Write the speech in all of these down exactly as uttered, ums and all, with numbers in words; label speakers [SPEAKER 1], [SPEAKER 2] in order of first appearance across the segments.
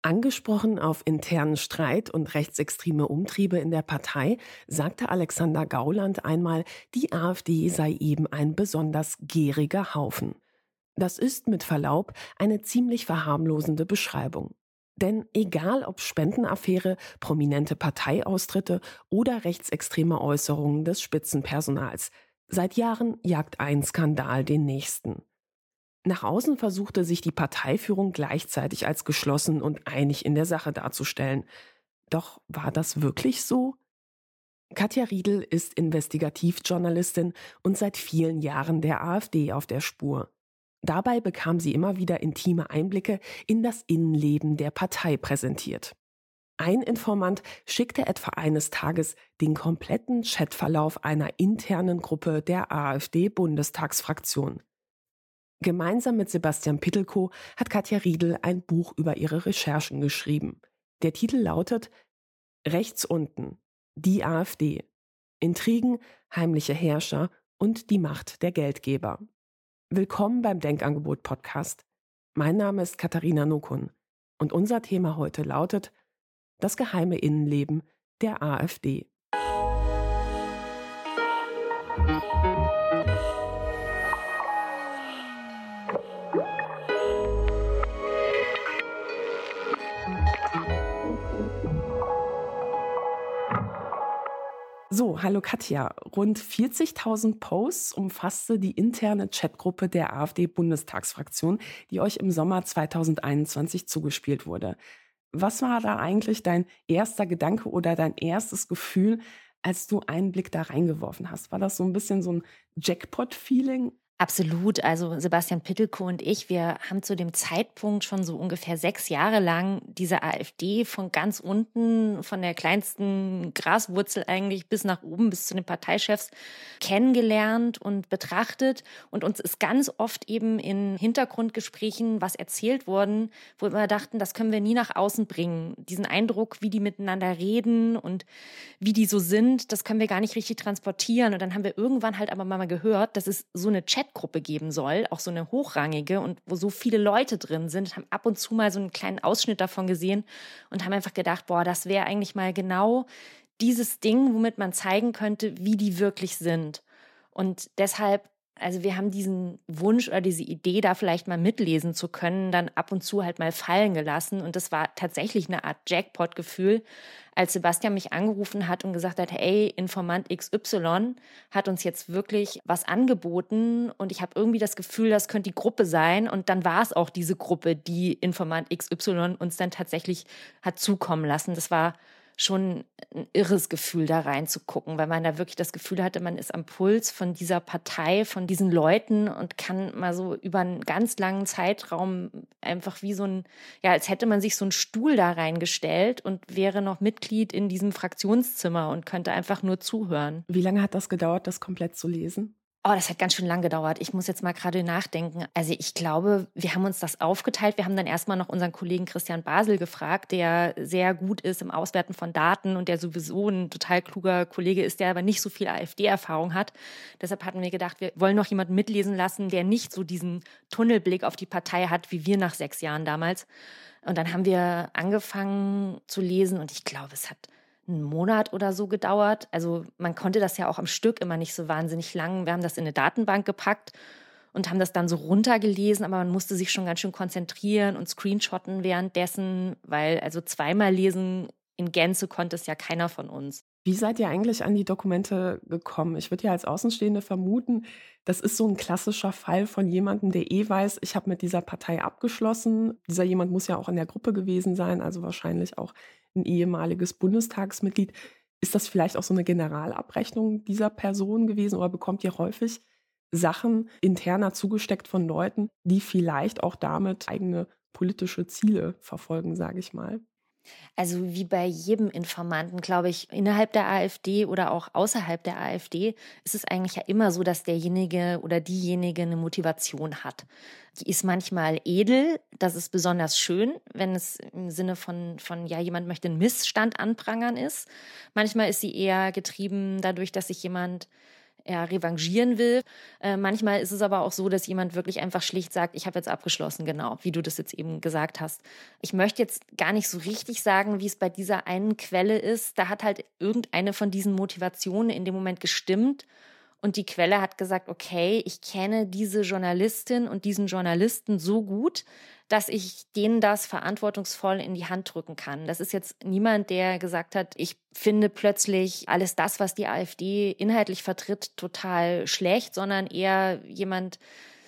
[SPEAKER 1] Angesprochen auf internen Streit und rechtsextreme Umtriebe in der Partei, sagte Alexander Gauland einmal, die AfD sei eben ein besonders gieriger Haufen. Das ist mit Verlaub eine ziemlich verharmlosende Beschreibung. Denn egal ob Spendenaffäre, prominente Parteiaustritte oder rechtsextreme Äußerungen des Spitzenpersonals, seit Jahren jagt ein Skandal den nächsten. Nach außen versuchte sich die Parteiführung gleichzeitig als geschlossen und einig in der Sache darzustellen. Doch war das wirklich so? Katja Riedel ist Investigativjournalistin und seit vielen Jahren der AfD auf der Spur. Dabei bekam sie immer wieder intime Einblicke in das Innenleben der Partei präsentiert. Ein Informant schickte etwa eines Tages den kompletten Chatverlauf einer internen Gruppe der AfD-Bundestagsfraktion. Gemeinsam mit Sebastian Pittelkow hat Katja Riedel ein Buch über ihre Recherchen geschrieben. Der Titel lautet Rechts unten, die AfD, Intrigen, heimliche Herrscher und die Macht der Geldgeber. Willkommen beim Denkangebot-Podcast. Mein Name ist Katharina Nokun und unser Thema heute lautet das geheime Innenleben der AfD. So, hallo Katja. Rund vierzigtausend Posts umfasste die interne Chatgruppe der AfD-Bundestagsfraktion, die euch im Sommer zweitausendeinundzwanzig zugespielt wurde. Was war da eigentlich dein erster Gedanke oder dein erstes Gefühl, als du einen Blick da reingeworfen hast? War das so ein bisschen so ein Jackpot-Feeling?
[SPEAKER 2] Absolut. Also Sebastian Pittelkow und ich, wir haben zu dem Zeitpunkt schon so ungefähr sechs Jahre lang diese AfD von ganz unten, von der kleinsten Graswurzel eigentlich bis nach oben, bis zu den Parteichefs kennengelernt und betrachtet. Und uns ist ganz oft eben in Hintergrundgesprächen was erzählt worden, wo wir dachten, das können wir nie nach außen bringen. Diesen Eindruck, wie die miteinander reden und wie die so sind, das können wir gar nicht richtig transportieren. Und dann haben wir irgendwann halt aber mal gehört, dass es so eine Chat Gruppe geben soll, auch so eine hochrangige und wo so viele Leute drin sind, haben ab und zu mal so einen kleinen Ausschnitt davon gesehen und haben einfach gedacht, boah, das wäre eigentlich mal genau dieses Ding, womit man zeigen könnte, wie die wirklich sind. Und deshalb, also wir haben diesen Wunsch oder diese Idee, da vielleicht mal mitlesen zu können, dann ab und zu halt mal fallen gelassen. Und das war tatsächlich eine Art Jackpot-Gefühl, als Sebastian mich angerufen hat und gesagt hat, hey, Informant X Y hat uns jetzt wirklich was angeboten und ich habe irgendwie das Gefühl, das könnte die Gruppe sein. Und dann war es auch diese Gruppe, die Informant X Y uns dann tatsächlich hat zukommen lassen. Das war schon ein irres Gefühl, da reinzugucken, weil man da wirklich das Gefühl hatte, man ist am Puls von dieser Partei, von diesen Leuten und kann mal so über einen ganz langen Zeitraum einfach wie so ein, ja, als hätte man sich so einen Stuhl da reingestellt und wäre noch Mitglied in diesem Fraktionszimmer und könnte einfach nur zuhören.
[SPEAKER 1] Wie lange hat das gedauert, das komplett zu lesen?
[SPEAKER 2] Oh, das hat ganz schön lang gedauert. Ich muss jetzt mal gerade nachdenken. Also ich glaube, wir haben uns das aufgeteilt. Wir haben dann erstmal noch unseren Kollegen Christian Basel gefragt, der sehr gut ist im Auswerten von Daten und der sowieso ein total kluger Kollege ist, der aber nicht so viel AfD-Erfahrung hat. Deshalb hatten wir gedacht, wir wollen noch jemanden mitlesen lassen, der nicht so diesen Tunnelblick auf die Partei hat, wie wir nach sechs Jahren damals. Und dann haben wir angefangen zu lesen und ich glaube, es hat einen Monat oder so gedauert. Also man konnte das ja auch am Stück immer nicht so wahnsinnig lang. Wir haben das in eine Datenbank gepackt und haben das dann so runtergelesen, aber man musste sich schon ganz schön konzentrieren und screenshotten währenddessen, weil also zweimal lesen in Gänze konnte es ja keiner von uns.
[SPEAKER 1] Wie seid ihr eigentlich an die Dokumente gekommen? Ich würde ja als Außenstehende vermuten, das ist so ein klassischer Fall von jemandem, der eh weiß, ich habe mit dieser Partei abgeschlossen. Dieser jemand muss ja auch in der Gruppe gewesen sein, also wahrscheinlich auch ein ehemaliges Bundestagsmitglied. Ist das vielleicht auch so eine Generalabrechnung dieser Person gewesen oder bekommt ihr häufig Sachen interner zugesteckt von Leuten, die vielleicht auch damit eigene politische Ziele verfolgen, sage ich mal?
[SPEAKER 2] Also wie bei jedem Informanten, glaube ich, innerhalb der AfD oder auch außerhalb der AfD ist es eigentlich ja immer so, dass derjenige oder diejenige eine Motivation hat. Die ist manchmal edel, das ist besonders schön, wenn es im Sinne von, von ja, jemand möchte einen Missstand anprangern ist. Manchmal ist sie eher getrieben dadurch, dass sich jemand ja, revanchieren will. Äh, manchmal ist es aber auch so, dass jemand wirklich einfach schlicht sagt, ich habe jetzt abgeschlossen, genau, wie du das jetzt eben gesagt hast. Ich möchte jetzt gar nicht so richtig sagen, wie es bei dieser einen Quelle ist. Da hat halt irgendeine von diesen Motivationen in dem Moment gestimmt. Und die Quelle hat gesagt, okay, ich kenne diese Journalistin und diesen Journalisten so gut, dass ich denen das verantwortungsvoll in die Hand drücken kann. Das ist jetzt niemand, der gesagt hat, ich finde plötzlich alles das, was die AfD inhaltlich vertritt, total schlecht, sondern eher jemand,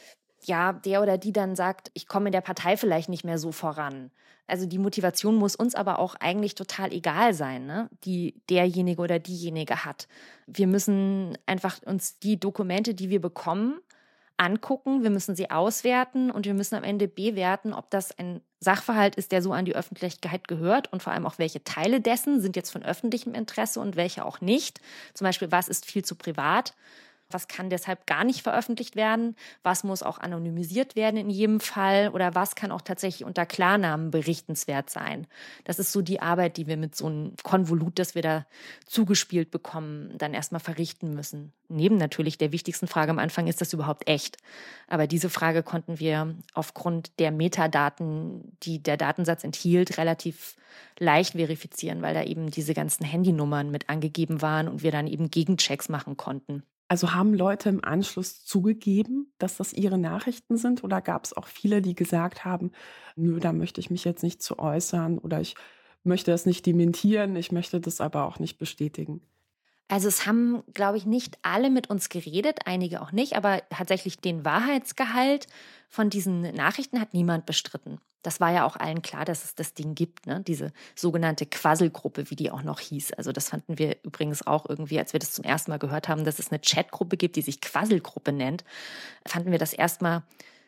[SPEAKER 2] ja, der oder die dann sagt, ich komme in der Partei vielleicht nicht mehr so voran. Also die Motivation muss uns aber auch eigentlich total egal sein, ne? Die derjenige oder diejenige hat. Wir müssen einfach uns die Dokumente, die wir bekommen, angucken, wir müssen sie auswerten und wir müssen am Ende bewerten, ob das ein Sachverhalt ist, der so an die Öffentlichkeit gehört und vor allem auch welche Teile dessen sind jetzt von öffentlichem Interesse und welche auch nicht. Zum Beispiel, was ist viel zu privat? Was kann deshalb gar nicht veröffentlicht werden? Was muss auch anonymisiert werden in jedem Fall? Oder was kann auch tatsächlich unter Klarnamen berichtenswert sein? Das ist so die Arbeit, die wir mit so einem Konvolut, das wir da zugespielt bekommen, dann erstmal verrichten müssen. Neben natürlich der wichtigsten Frage am Anfang, ist das überhaupt echt? Aber diese Frage konnten wir aufgrund der Metadaten, die der Datensatz enthielt, relativ leicht verifizieren, weil da eben diese ganzen Handynummern mit angegeben waren und wir dann eben Gegenchecks machen konnten.
[SPEAKER 1] Also haben Leute im Anschluss zugegeben, dass das ihre Nachrichten sind? Oder gab es auch viele, die gesagt haben, nö, da möchte ich mich jetzt nicht zu äußern oder ich möchte das nicht dementieren, ich möchte das aber auch nicht bestätigen?
[SPEAKER 2] Also es haben, glaube ich, nicht alle mit uns geredet, einige auch nicht, aber tatsächlich den Wahrheitsgehalt von diesen Nachrichten hat niemand bestritten. Das war ja auch allen klar, dass es das Ding gibt, ne? Diese sogenannte Quasselgruppe, wie die auch noch hieß. Also das fanden wir übrigens auch irgendwie, als wir das zum ersten Mal gehört haben, dass es eine Chatgruppe gibt, die sich Quasselgruppe nennt, fanden wir das erstmal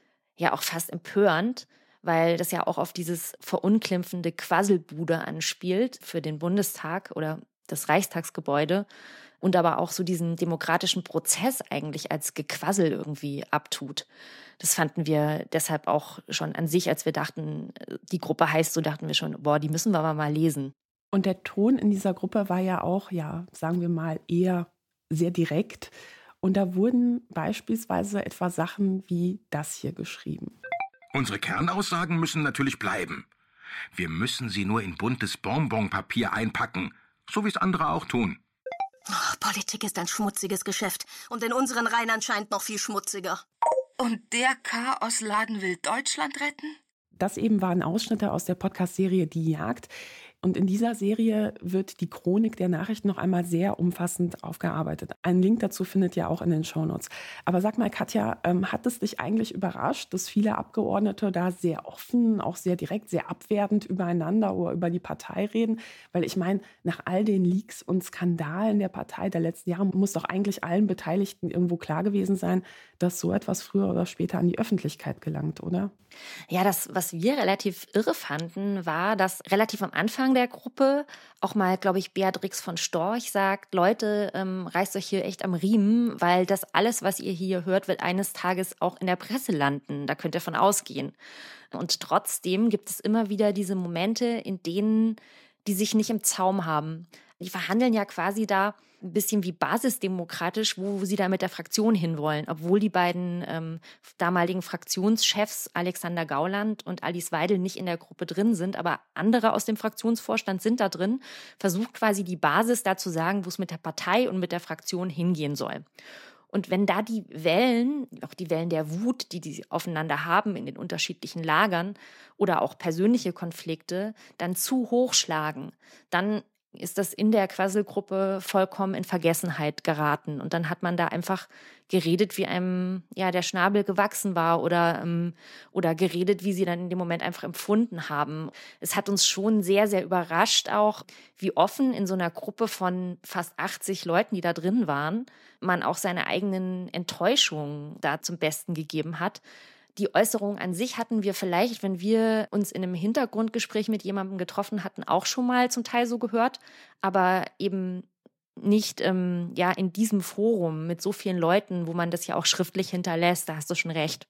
[SPEAKER 2] ja auch fast empörend, weil das ja auch auf dieses verunglimpfende Quasselbude anspielt für den Bundestag oder das Reichstagsgebäude und aber auch so diesen demokratischen Prozess eigentlich als Gequassel irgendwie abtut. Das fanden wir deshalb auch schon an sich, als wir dachten, die Gruppe heißt so, dachten wir schon, boah, die müssen wir aber mal lesen.
[SPEAKER 1] Und der Ton in dieser Gruppe war ja auch, ja, sagen wir mal, eher sehr direkt. Und da wurden beispielsweise etwa Sachen wie das hier geschrieben.
[SPEAKER 3] Unsere Kernaussagen müssen natürlich bleiben. Wir müssen sie nur in buntes Bonbonpapier einpacken, so wie es andere auch tun.
[SPEAKER 4] Oh, Politik ist ein schmutziges Geschäft und in unseren Reihen anscheinend noch viel schmutziger.
[SPEAKER 5] Und der Chaosladen will Deutschland retten?
[SPEAKER 1] Das eben waren Ausschnitte aus der Podcast-Serie Die Jagd. Und in dieser Serie wird die Chronik der Nachrichten noch einmal sehr umfassend aufgearbeitet. Einen Link dazu findet ihr auch in den Shownotes. Aber sag mal, Katja, ähm, hat es dich eigentlich überrascht, dass viele Abgeordnete da sehr offen, auch sehr direkt, sehr abwertend übereinander oder über die Partei reden? Weil ich meine, nach all den Leaks und Skandalen der Partei der letzten Jahre muss doch eigentlich allen Beteiligten irgendwo klar gewesen sein, dass so etwas früher oder später an die Öffentlichkeit gelangt, oder?
[SPEAKER 2] Ja, das, was wir relativ irre fanden, war, dass relativ am Anfang der Gruppe auch mal, glaube ich, Beatrix von Storch sagt, Leute, ähm, reißt euch hier echt am Riemen, weil das alles, was ihr hier hört, wird eines Tages auch in der Presse landen. Da könnt ihr von ausgehen. Und trotzdem gibt es immer wieder diese Momente, in denen die sich nicht im Zaum haben. Die verhandeln ja quasi da ein bisschen wie basisdemokratisch, wo sie da mit der Fraktion hinwollen, obwohl die beiden ähm, damaligen Fraktionschefs Alexander Gauland und Alice Weidel nicht in der Gruppe drin sind, aber andere aus dem Fraktionsvorstand sind da drin, versucht quasi die Basis da zu sagen, wo es mit der Partei und mit der Fraktion hingehen soll. Und wenn da die Wellen, auch die Wellen der Wut, die die aufeinander haben in den unterschiedlichen Lagern oder auch persönliche Konflikte, dann zu hoch schlagen, dann ist das in der Quasselgruppe vollkommen in Vergessenheit geraten. Und dann hat man da einfach geredet, wie einem ja der Schnabel gewachsen war oder, ähm, oder geredet, wie sie dann in dem Moment einfach empfunden haben. Es hat uns schon sehr, sehr überrascht auch, wie offen in so einer Gruppe von fast achtzig Leuten, die da drin waren, man auch seine eigenen Enttäuschungen da zum Besten gegeben hat. Die Äußerung an sich hatten wir vielleicht, wenn wir uns in einem Hintergrundgespräch mit jemandem getroffen hatten, auch schon mal zum Teil so gehört, aber eben nicht ähm, ja, in diesem Forum mit so vielen Leuten, wo man das ja auch schriftlich hinterlässt, da hast du schon recht.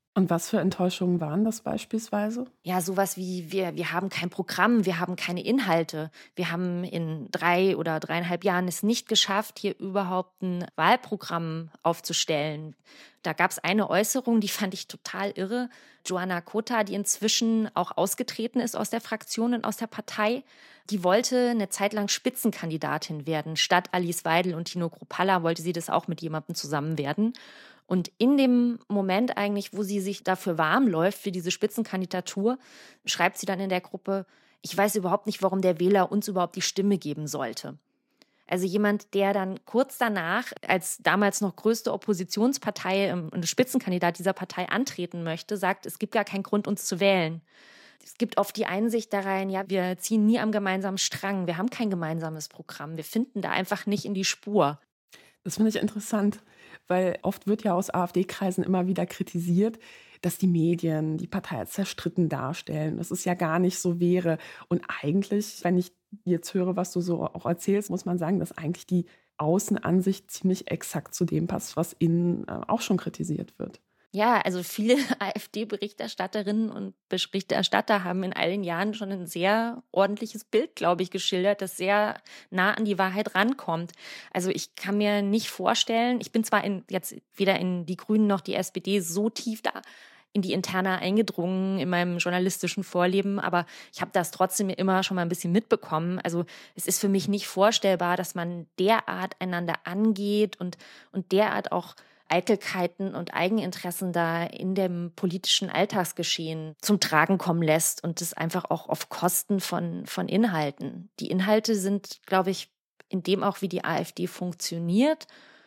[SPEAKER 1] Und was für Enttäuschungen waren das beispielsweise?
[SPEAKER 2] Ja, sowas wie wir, wir haben kein Programm, wir haben keine Inhalte. Wir haben in drei oder dreieinhalb Jahren es nicht geschafft, hier überhaupt ein Wahlprogramm aufzustellen. Da gab es eine Äußerung, die fand ich total irre. Joanna Kota, die inzwischen auch ausgetreten ist aus der Fraktion und aus der Partei, die wollte eine Zeit lang Spitzenkandidatin werden. Statt Alice Weidel und Tino Kruppalla wollte sie das auch mit jemandem zusammen werden. Und in dem Moment eigentlich, wo sie sich dafür warm läuft, für diese Spitzenkandidatur, schreibt sie dann in der Gruppe, ich weiß überhaupt nicht, warum der Wähler uns überhaupt die Stimme geben sollte. Also jemand, der dann kurz danach als damals noch größte Oppositionspartei und Spitzenkandidat dieser Partei antreten möchte, sagt, es gibt gar keinen Grund, uns zu wählen. Es gibt oft die Einsicht da rein, ja, wir ziehen nie am gemeinsamen Strang, wir haben kein gemeinsames Programm, wir finden da einfach nicht in die Spur.
[SPEAKER 1] Das finde ich interessant, weil oft wird ja aus AfD-Kreisen immer wieder kritisiert, dass die Medien die Partei als zerstritten darstellen, dass es ja gar nicht so wäre. Und eigentlich, wenn ich jetzt höre, was du so auch erzählst, muss man sagen, dass eigentlich die Außenansicht ziemlich exakt zu dem passt, was innen äh, auch schon kritisiert wird.
[SPEAKER 2] Ja, also viele AfD-Berichterstatterinnen und Berichterstatter haben in all den Jahren schon ein sehr ordentliches Bild, glaube ich, geschildert, das sehr nah an die Wahrheit rankommt. Also ich kann mir nicht vorstellen, ich bin zwar in, jetzt weder in die Grünen noch die S P D so tief da in die Interna eingedrungen in meinem journalistischen Vorleben, aber ich habe das trotzdem immer schon mal ein bisschen mitbekommen. Also es ist für mich nicht vorstellbar, dass man derart einander angeht und, und derart auch Eitelkeiten und Eigeninteressen da in dem politischen Alltagsgeschehen zum Tragen kommen lässt und das einfach auch auf Kosten von, von Inhalten. Die Inhalte sind, glaube ich, in dem auch, wie die AfD funktioniert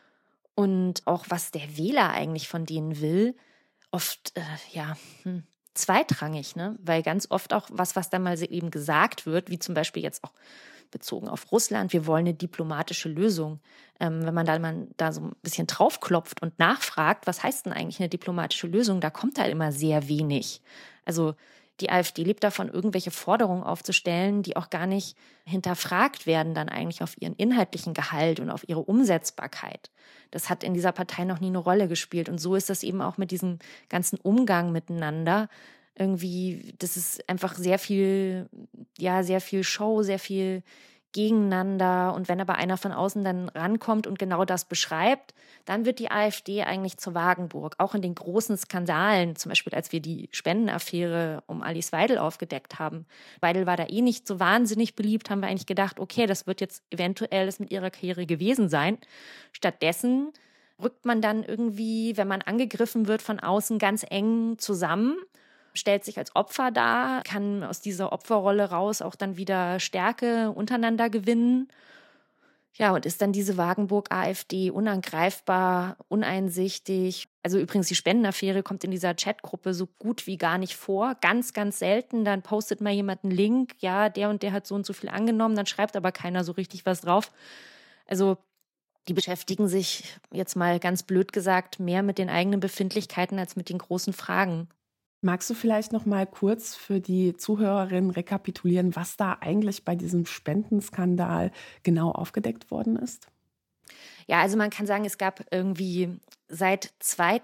[SPEAKER 2] und auch was der Wähler eigentlich von denen will, oft, äh, ja, hm, zweitrangig, ne? Weil ganz oft auch was, was dann mal eben gesagt wird, wie zum Beispiel jetzt auch bezogen auf Russland, wir wollen eine diplomatische Lösung. Ähm, wenn man da mal da so ein bisschen draufklopft und nachfragt, was heißt denn eigentlich eine diplomatische Lösung, da kommt halt immer sehr wenig. Also die AfD lebt davon, irgendwelche Forderungen aufzustellen, die auch gar nicht hinterfragt werden dann eigentlich auf ihren inhaltlichen Gehalt und auf ihre Umsetzbarkeit. Das hat in dieser Partei noch nie eine Rolle gespielt. Und so ist das eben auch mit diesem ganzen Umgang miteinander. Irgendwie, das ist einfach sehr viel, ja, sehr viel Show, sehr viel gegeneinander. Und wenn aber einer von außen dann rankommt und genau das beschreibt, dann wird die AfD eigentlich zur Wagenburg. Auch in den großen Skandalen, zum Beispiel als wir die Spendenaffäre um Alice Weidel aufgedeckt haben. Weidel war da eh nicht so wahnsinnig beliebt, haben wir eigentlich gedacht, okay, das wird jetzt eventuell das mit ihrer Karriere gewesen sein. Stattdessen rückt man dann irgendwie, wenn man angegriffen wird von außen, ganz eng zusammen, stellt sich als Opfer dar, kann aus dieser Opferrolle raus auch dann wieder Stärke untereinander gewinnen. Ja, und ist dann diese Wagenburg AfD unangreifbar, uneinsichtig. Also übrigens, die Spendenaffäre kommt in dieser Chatgruppe so gut wie gar nicht vor. Ganz, ganz selten. Dann postet mal jemand einen Link, ja, der und der hat so und so viel angenommen, dann schreibt aber keiner so richtig was drauf. Also die beschäftigen sich, jetzt mal ganz blöd gesagt, mehr mit den eigenen Befindlichkeiten als mit den großen Fragen.
[SPEAKER 1] Magst du vielleicht noch mal kurz für die Zuhörerinnen rekapitulieren, was da eigentlich bei diesem Spendenskandal genau aufgedeckt worden ist?
[SPEAKER 2] Ja, also man kann sagen, es gab irgendwie seit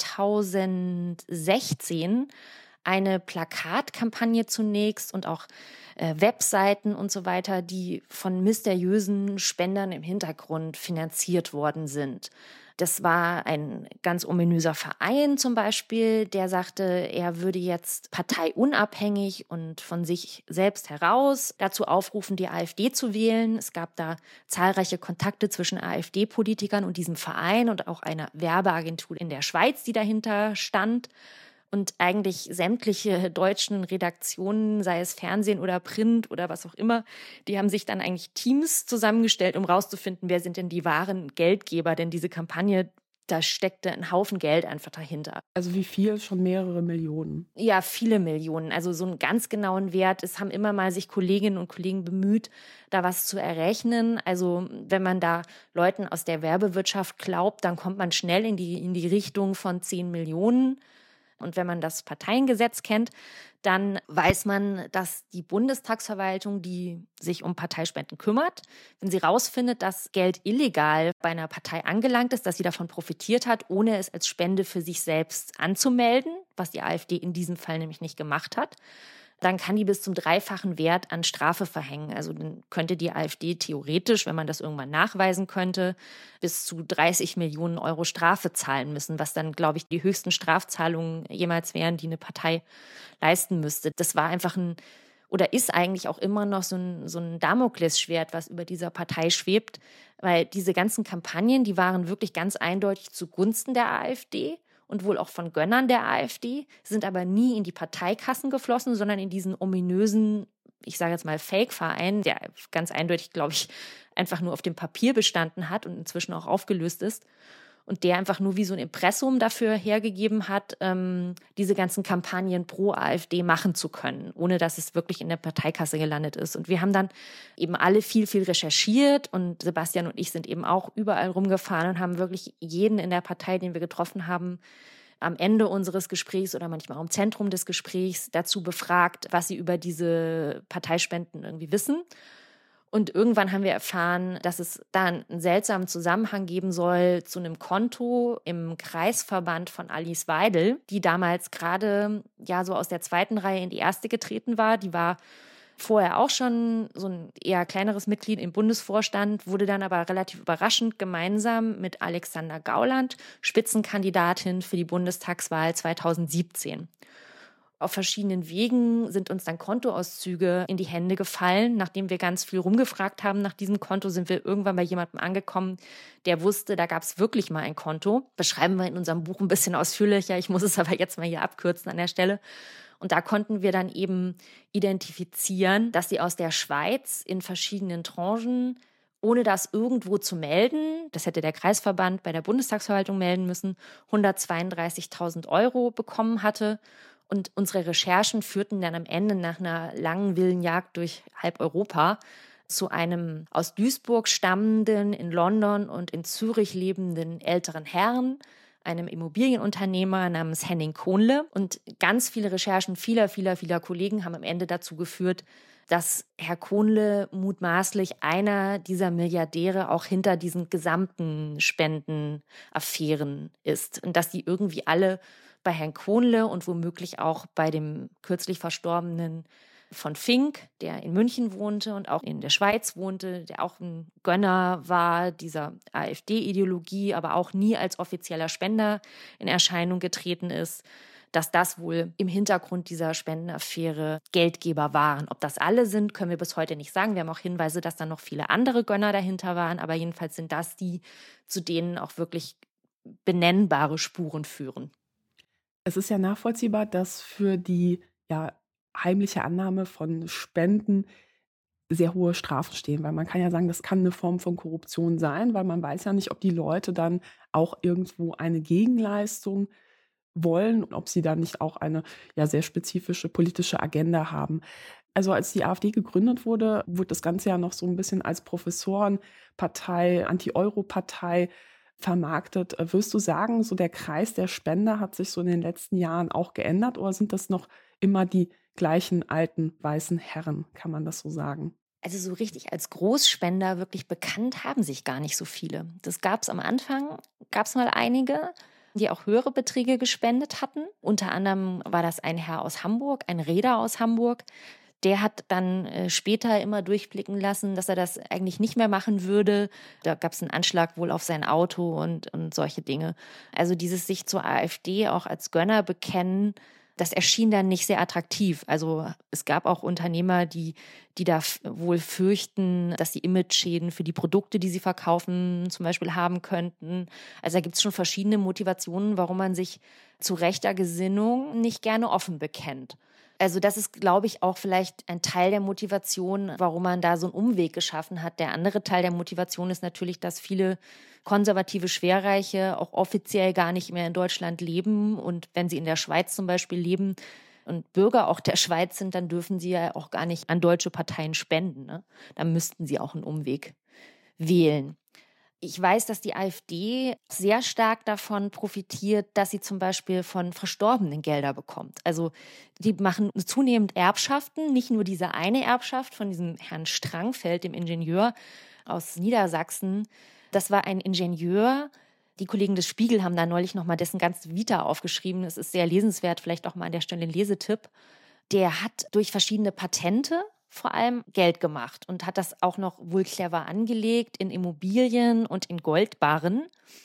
[SPEAKER 2] zweitausendsechzehn eine Plakatkampagne zunächst und auch äh, Webseiten und so weiter, die von mysteriösen Spendern im Hintergrund finanziert worden sind. Das war ein ganz ominöser Verein zum Beispiel, der sagte, er würde jetzt parteiunabhängig und von sich selbst heraus dazu aufrufen, die AfD zu wählen. Es gab da zahlreiche Kontakte zwischen AfD-Politikern und diesem Verein und auch einer Werbeagentur in der Schweiz, die dahinter stand. Und eigentlich sämtliche deutschen Redaktionen, sei es Fernsehen oder Print oder was auch immer, die haben sich dann eigentlich Teams zusammengestellt, um rauszufinden, wer sind denn die wahren Geldgeber. Denn diese Kampagne, da steckte ein Haufen Geld einfach dahinter.
[SPEAKER 1] Also wie viel? Schon mehrere Millionen?
[SPEAKER 2] Ja, viele Millionen. Also so einen ganz genauen Wert. Es haben immer mal sich Kolleginnen und Kollegen bemüht, da was zu errechnen. Also wenn man da Leuten aus der Werbewirtschaft glaubt, dann kommt man schnell in die, in die Richtung von zehn Millionen. Und wenn man das Parteiengesetz kennt, dann weiß man, dass die Bundestagsverwaltung, die sich um Parteispenden kümmert, wenn sie rausfindet, dass Geld illegal bei einer Partei angelangt ist, dass sie davon profitiert hat, ohne es als Spende für sich selbst anzumelden, was die AfD in diesem Fall nämlich nicht gemacht hat, dann kann die bis zum dreifachen Wert an Strafe verhängen. Also dann könnte die AfD theoretisch, wenn man das irgendwann nachweisen könnte, bis zu dreißig Millionen Euro Strafe zahlen müssen, was dann, glaube ich, die höchsten Strafzahlungen jemals wären, die eine Partei leisten müsste. Das war einfach ein, oder ist eigentlich auch immer noch so ein, so ein Damoklesschwert, was über dieser Partei schwebt, weil diese ganzen Kampagnen, die waren wirklich ganz eindeutig zugunsten der AfD. Und wohl auch von Gönnern der AfD, sind aber nie in die Parteikassen geflossen, sondern in diesen ominösen, ich sage jetzt mal Fake-Verein, der ganz eindeutig, glaube ich, einfach nur auf dem Papier bestanden hat und inzwischen auch aufgelöst ist. Und der einfach nur wie so ein Impressum dafür hergegeben hat, ähm, diese ganzen Kampagnen pro AfD machen zu können, ohne dass es wirklich in der Parteikasse gelandet ist. Und wir haben dann eben alle viel, viel recherchiert und Sebastian und ich sind eben auch überall rumgefahren und haben wirklich jeden in der Partei, den wir getroffen haben, am Ende unseres Gesprächs oder manchmal auch im Zentrum des Gesprächs dazu befragt, was sie über diese Parteispenden irgendwie wissen. Und irgendwann haben wir erfahren, dass es da einen seltsamen Zusammenhang geben soll zu einem Konto im Kreisverband von Alice Weidel, die damals gerade ja so aus der zweiten Reihe in die erste getreten war. Die war vorher auch schon so ein eher kleineres Mitglied im Bundesvorstand, wurde dann aber relativ überraschend gemeinsam mit Alexander Gauland Spitzenkandidatin für die Bundestagswahl zweitausendsiebzehn. Auf verschiedenen Wegen sind uns dann Kontoauszüge in die Hände gefallen. Nachdem wir ganz viel rumgefragt haben nach diesem Konto, sind wir irgendwann bei jemandem angekommen, der wusste, da gab es wirklich mal ein Konto. Beschreiben wir in unserem Buch ein bisschen ausführlicher. Ich muss es aber jetzt mal hier abkürzen an der Stelle. Und da konnten wir dann eben identifizieren, dass sie aus der Schweiz in verschiedenen Tranchen, ohne das irgendwo zu melden, das hätte der Kreisverband bei der Bundestagsverwaltung melden müssen, hundertzweiunddreißigtausend Euro bekommen hatte. Und unsere Recherchen führten dann am Ende nach einer langen wilden Jagd durch halb Europa zu einem aus Duisburg stammenden, in London und in Zürich lebenden älteren Herrn, einem Immobilienunternehmer namens Henning Kohnle. Und ganz viele Recherchen vieler, vieler, vieler Kollegen haben am Ende dazu geführt, dass Herr Kohnle mutmaßlich einer dieser Milliardäre auch hinter diesen gesamten Spendenaffären ist. Und dass die irgendwie alle bei Herrn Kohnle und womöglich auch bei dem kürzlich verstorbenen von Fink, der in München wohnte und auch in der Schweiz wohnte, der auch ein Gönner war dieser AfD-Ideologie, aber auch nie als offizieller Spender in Erscheinung getreten ist, dass das wohl im Hintergrund dieser Spendenaffäre Geldgeber waren. Ob das alle sind, können wir bis heute nicht sagen. Wir haben auch Hinweise, dass da noch viele andere Gönner dahinter waren, aber jedenfalls sind das die, zu denen auch wirklich benennbare Spuren führen.
[SPEAKER 1] Es ist ja nachvollziehbar, dass für die ja, heimliche Annahme von Spenden sehr hohe Strafen stehen, weil man kann ja sagen, das kann eine Form von Korruption sein, weil man weiß ja nicht, ob die Leute dann auch irgendwo eine Gegenleistung wollen und ob sie dann nicht auch eine ja, sehr spezifische politische Agenda haben. Also als die AfD gegründet wurde, wurde das Ganze ja noch so ein bisschen als Professorenpartei, Anti-Euro-Partei vermarktet. Würdest du sagen, so der Kreis der Spender hat sich so in den letzten Jahren auch geändert oder sind das noch immer die gleichen alten weißen Herren, kann man das so sagen?
[SPEAKER 2] Also so richtig als Großspender wirklich bekannt haben sich gar nicht so viele. Das gab es am Anfang, gab es mal einige, die auch höhere Beträge gespendet hatten. Unter anderem war das ein Herr aus Hamburg, ein Reeder aus Hamburg. Der hat dann äh, später immer durchblicken lassen, dass er das eigentlich nicht mehr machen würde. Da gab es einen Anschlag wohl auf sein Auto und, und solche Dinge. Also dieses sich zur AfD auch als Gönner bekennen, das erschien dann nicht sehr attraktiv. Also es gab auch Unternehmer, die, die da f- wohl fürchten, dass sie Imageschäden für die Produkte, die sie verkaufen, zum Beispiel haben könnten. Also da gibt es schon verschiedene Motivationen, warum man sich zu rechter Gesinnung nicht gerne offen bekennt. Also das ist, glaube ich, auch vielleicht ein Teil der Motivation, warum man da so einen Umweg geschaffen hat. Der andere Teil der Motivation ist natürlich, dass viele konservative Schwerreiche auch offiziell gar nicht mehr in Deutschland leben. Und wenn sie in der Schweiz zum Beispiel leben und Bürger auch der Schweiz sind, dann dürfen sie ja auch gar nicht an deutsche Parteien spenden, ne? Dann müssten sie auch einen Umweg wählen. Ich weiß, dass die AfD sehr stark davon profitiert, dass sie zum Beispiel von Verstorbenen Gelder bekommt. Also die machen zunehmend Erbschaften, nicht nur diese eine Erbschaft von diesem Herrn Strangfeld, dem Ingenieur aus Niedersachsen. Das war ein Ingenieur. Die Kollegen des Spiegel haben da neulich nochmal dessen ganze Vita aufgeschrieben. Es ist sehr lesenswert, vielleicht auch mal an der Stelle ein Lesetipp. Der hat durch verschiedene Patente vor allem Geld gemacht und hat das auch noch wohl clever angelegt in Immobilien und in Goldbarren.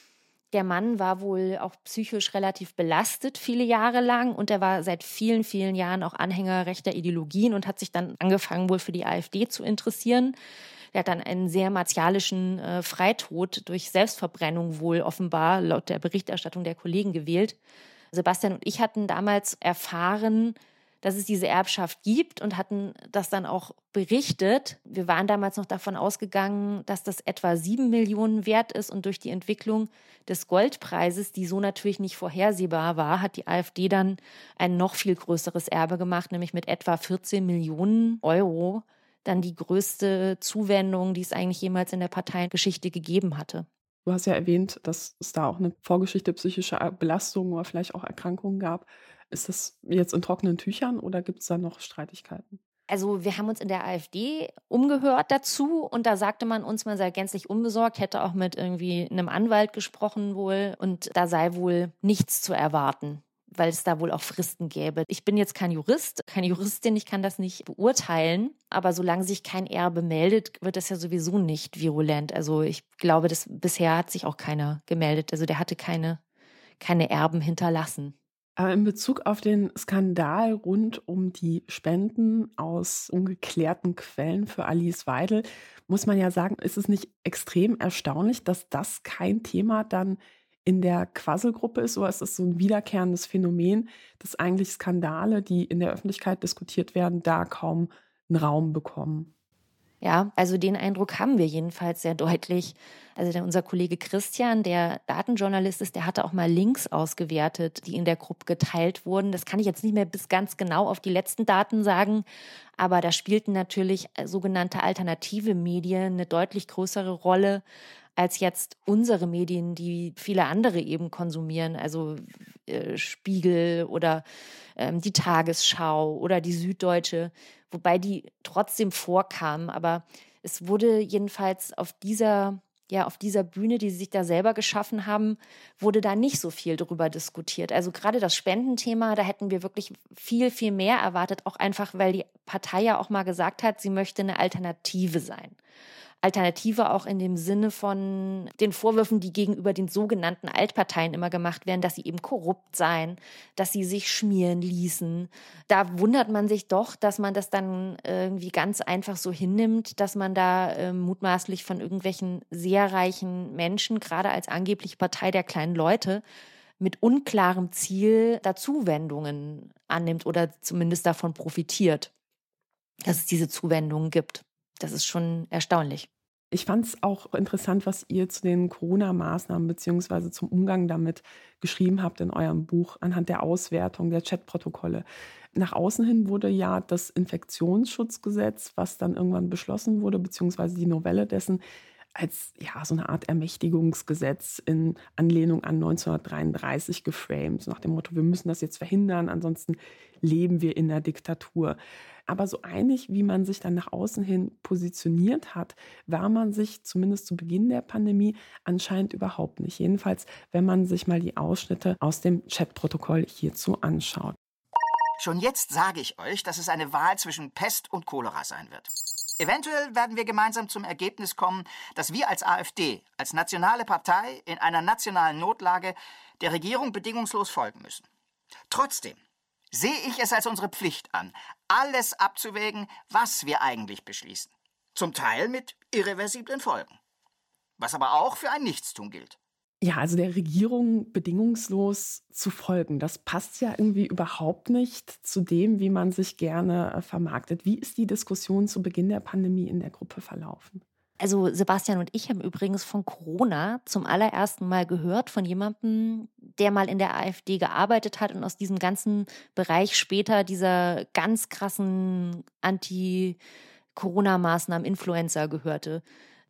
[SPEAKER 2] Der Mann war wohl auch psychisch relativ belastet viele Jahre lang und er war seit vielen, vielen Jahren auch Anhänger rechter Ideologien und hat sich dann angefangen wohl für die AfD zu interessieren. Er hat dann einen sehr martialischen äh, Freitod durch Selbstverbrennung wohl offenbar laut der Berichterstattung der Kollegen gewählt. Sebastian und ich hatten damals erfahren, dass es diese Erbschaft gibt und hatten das dann auch berichtet. Wir waren damals noch davon ausgegangen, dass das etwa sieben Millionen wert ist und durch die Entwicklung des Goldpreises, die so natürlich nicht vorhersehbar war, hat die AfD dann ein noch viel größeres Erbe gemacht, nämlich mit etwa vierzehn Millionen Euro, dann die größte Zuwendung, die es eigentlich jemals in der Parteiengeschichte gegeben hatte.
[SPEAKER 6] Du hast ja erwähnt, dass es da auch eine Vorgeschichte psychischer Belastung oder vielleicht auch Erkrankungen gab. Ist das jetzt in trockenen Tüchern oder gibt es da noch Streitigkeiten?
[SPEAKER 2] Also wir haben uns in der AfD umgehört dazu und da sagte man uns, man sei gänzlich unbesorgt, hätte auch mit irgendwie einem Anwalt gesprochen wohl und da sei wohl nichts zu erwarten, weil es da wohl auch Fristen gäbe. Ich bin jetzt kein Jurist, keine Juristin, ich kann das nicht beurteilen, aber solange sich kein Erbe meldet, wird das ja sowieso nicht virulent. Also ich glaube, dass bisher hat sich auch keiner gemeldet, also der hatte keine, keine Erben hinterlassen.
[SPEAKER 6] Aber in Bezug auf den Skandal rund um die Spenden aus ungeklärten Quellen für Alice Weidel, muss man ja sagen, ist es nicht extrem erstaunlich, dass das kein Thema dann in der Quasselgruppe ist, oder ist es so ein wiederkehrendes Phänomen, dass eigentlich Skandale, die in der Öffentlichkeit diskutiert werden, da kaum einen Raum bekommen?
[SPEAKER 2] Ja, also den Eindruck haben wir jedenfalls sehr deutlich. Also der, unser Kollege Christian, der Datenjournalist ist, der hatte auch mal Links ausgewertet, die in der Gruppe geteilt wurden. Das kann ich jetzt nicht mehr bis ganz genau auf die letzten Daten sagen, aber da spielten natürlich sogenannte alternative Medien eine deutlich größere Rolle als jetzt unsere Medien, die viele andere eben konsumieren, also äh, Spiegel oder ähm, die Tagesschau oder die Süddeutsche, wobei die trotzdem vorkamen. Aber es wurde jedenfalls auf dieser, ja, auf dieser Bühne, die sie sich da selber geschaffen haben, wurde da nicht so viel drüber diskutiert. Also gerade das Spendenthema, da hätten wir wirklich viel, viel mehr erwartet, auch einfach, weil die Partei ja auch mal gesagt hat, sie möchte eine Alternative sein. Alternative auch in dem Sinne von den Vorwürfen, die gegenüber den sogenannten Altparteien immer gemacht werden, dass sie eben korrupt seien, dass sie sich schmieren ließen. Da wundert man sich doch, dass man das dann irgendwie ganz einfach so hinnimmt, dass man da äh, mutmaßlich von irgendwelchen sehr reichen Menschen, gerade als angebliche Partei der kleinen Leute, mit unklarem Ziel da Zuwendungen annimmt oder zumindest davon profitiert, dass es diese Zuwendungen gibt. Das ist schon erstaunlich.
[SPEAKER 6] Ich fand es auch interessant, was ihr zu den Corona-Maßnahmen bzw. zum Umgang damit geschrieben habt in eurem Buch anhand der Auswertung der Chatprotokolle. Nach außen hin wurde ja das Infektionsschutzgesetz, was dann irgendwann beschlossen wurde, beziehungsweise die Novelle dessen, als ja, so eine Art Ermächtigungsgesetz in Anlehnung an neunzehnhundertdreiunddreißig geframed. So nach dem Motto, wir müssen das jetzt verhindern, ansonsten leben wir in der Diktatur. Aber so einig, wie man sich dann nach außen hin positioniert hat, war man sich zumindest zu Beginn der Pandemie anscheinend überhaupt nicht. Jedenfalls, wenn man sich mal die Ausschnitte aus dem Chatprotokoll hierzu anschaut.
[SPEAKER 7] Schon jetzt sage ich euch, dass es eine Wahl zwischen Pest und Cholera sein wird. Eventuell werden wir gemeinsam zum Ergebnis kommen, dass wir als AfD, als nationale Partei in einer nationalen Notlage der Regierung bedingungslos folgen müssen. Trotzdem sehe ich es als unsere Pflicht an, alles abzuwägen, was wir eigentlich beschließen. Zum Teil mit irreversiblen Folgen. Was aber auch für ein Nichtstun gilt.
[SPEAKER 6] Ja, also der Regierung bedingungslos zu folgen, das passt ja irgendwie überhaupt nicht zu dem, wie man sich gerne vermarktet. Wie ist die Diskussion zu Beginn der Pandemie in der Gruppe verlaufen?
[SPEAKER 2] Also Sebastian und ich haben übrigens von Corona zum allerersten Mal gehört von jemandem, der mal in der AfD gearbeitet hat und aus diesem ganzen Bereich später dieser ganz krassen Anti-Corona-Maßnahmen Influencer gehörte.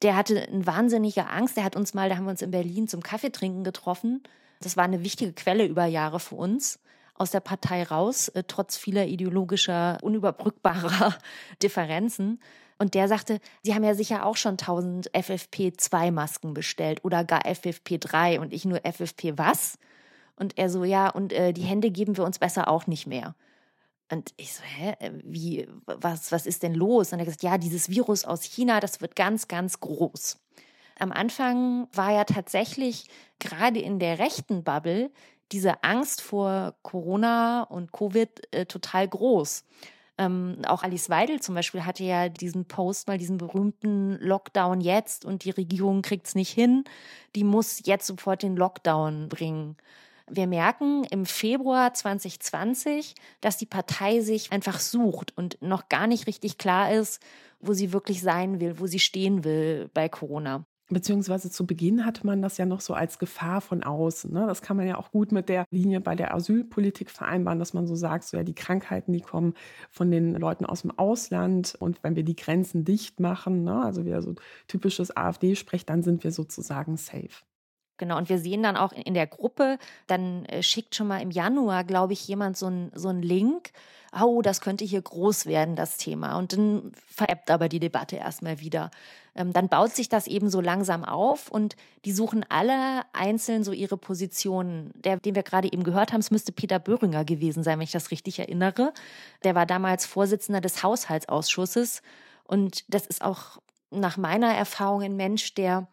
[SPEAKER 2] der hatte eine wahnsinnige Angst. Der hat uns mal, da haben wir uns in Berlin zum Kaffeetrinken getroffen. Das war eine wichtige Quelle über Jahre für uns, aus der Partei raus, äh, trotz vieler ideologischer, unüberbrückbarer Differenzen. Und der sagte, Sie haben ja sicher auch schon tausend F F P zwei Masken bestellt oder gar F F P drei und ich nur F F P was? Und er so, ja, und äh, die Hände geben wir uns besser auch nicht mehr. Und ich so, hä, wie, was, was ist denn los? Und er hat gesagt, ja, dieses Virus aus China, das wird ganz, ganz groß. Am Anfang war ja tatsächlich gerade in der rechten Bubble diese Angst vor Corona und Covid äh, total groß. Ähm, auch Alice Weidel zum Beispiel hatte ja diesen Post mal, diesen berühmten Lockdown jetzt und die Regierung kriegt es nicht hin, die muss jetzt sofort den Lockdown bringen. Wir merken im Februar zwanzig zwanzig, dass die Partei sich einfach sucht und noch gar nicht richtig klar ist, wo sie wirklich sein will, wo sie stehen will bei Corona.
[SPEAKER 6] Beziehungsweise zu Beginn hatte man das ja noch so als Gefahr von außen. Ne? Das kann man ja auch gut mit der Linie bei der Asylpolitik vereinbaren, dass man so sagt, so ja, die Krankheiten, die kommen von den Leuten aus dem Ausland und wenn wir die Grenzen dicht machen, ne, also wieder so typisches AfD-Sprech, dann sind wir sozusagen safe.
[SPEAKER 2] Genau, und wir sehen dann auch in der Gruppe, dann äh, schickt schon mal im Januar, glaube ich, jemand so einen so einen Link, oh, das könnte hier groß werden, das Thema. Und dann verebbt aber die Debatte erstmal wieder. Ähm, dann baut sich das eben so langsam auf und die suchen alle einzeln so ihre Positionen. Der, den wir gerade eben gehört haben, es müsste Peter Böhringer gewesen sein, wenn ich das richtig erinnere. Der war damals Vorsitzender des Haushaltsausschusses und das ist auch nach meiner Erfahrung ein Mensch, der,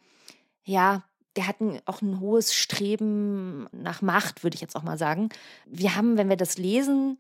[SPEAKER 2] ja, der hat ein, auch ein hohes Streben nach Macht, würde ich jetzt auch mal sagen. Wir haben, wenn wir das lesen,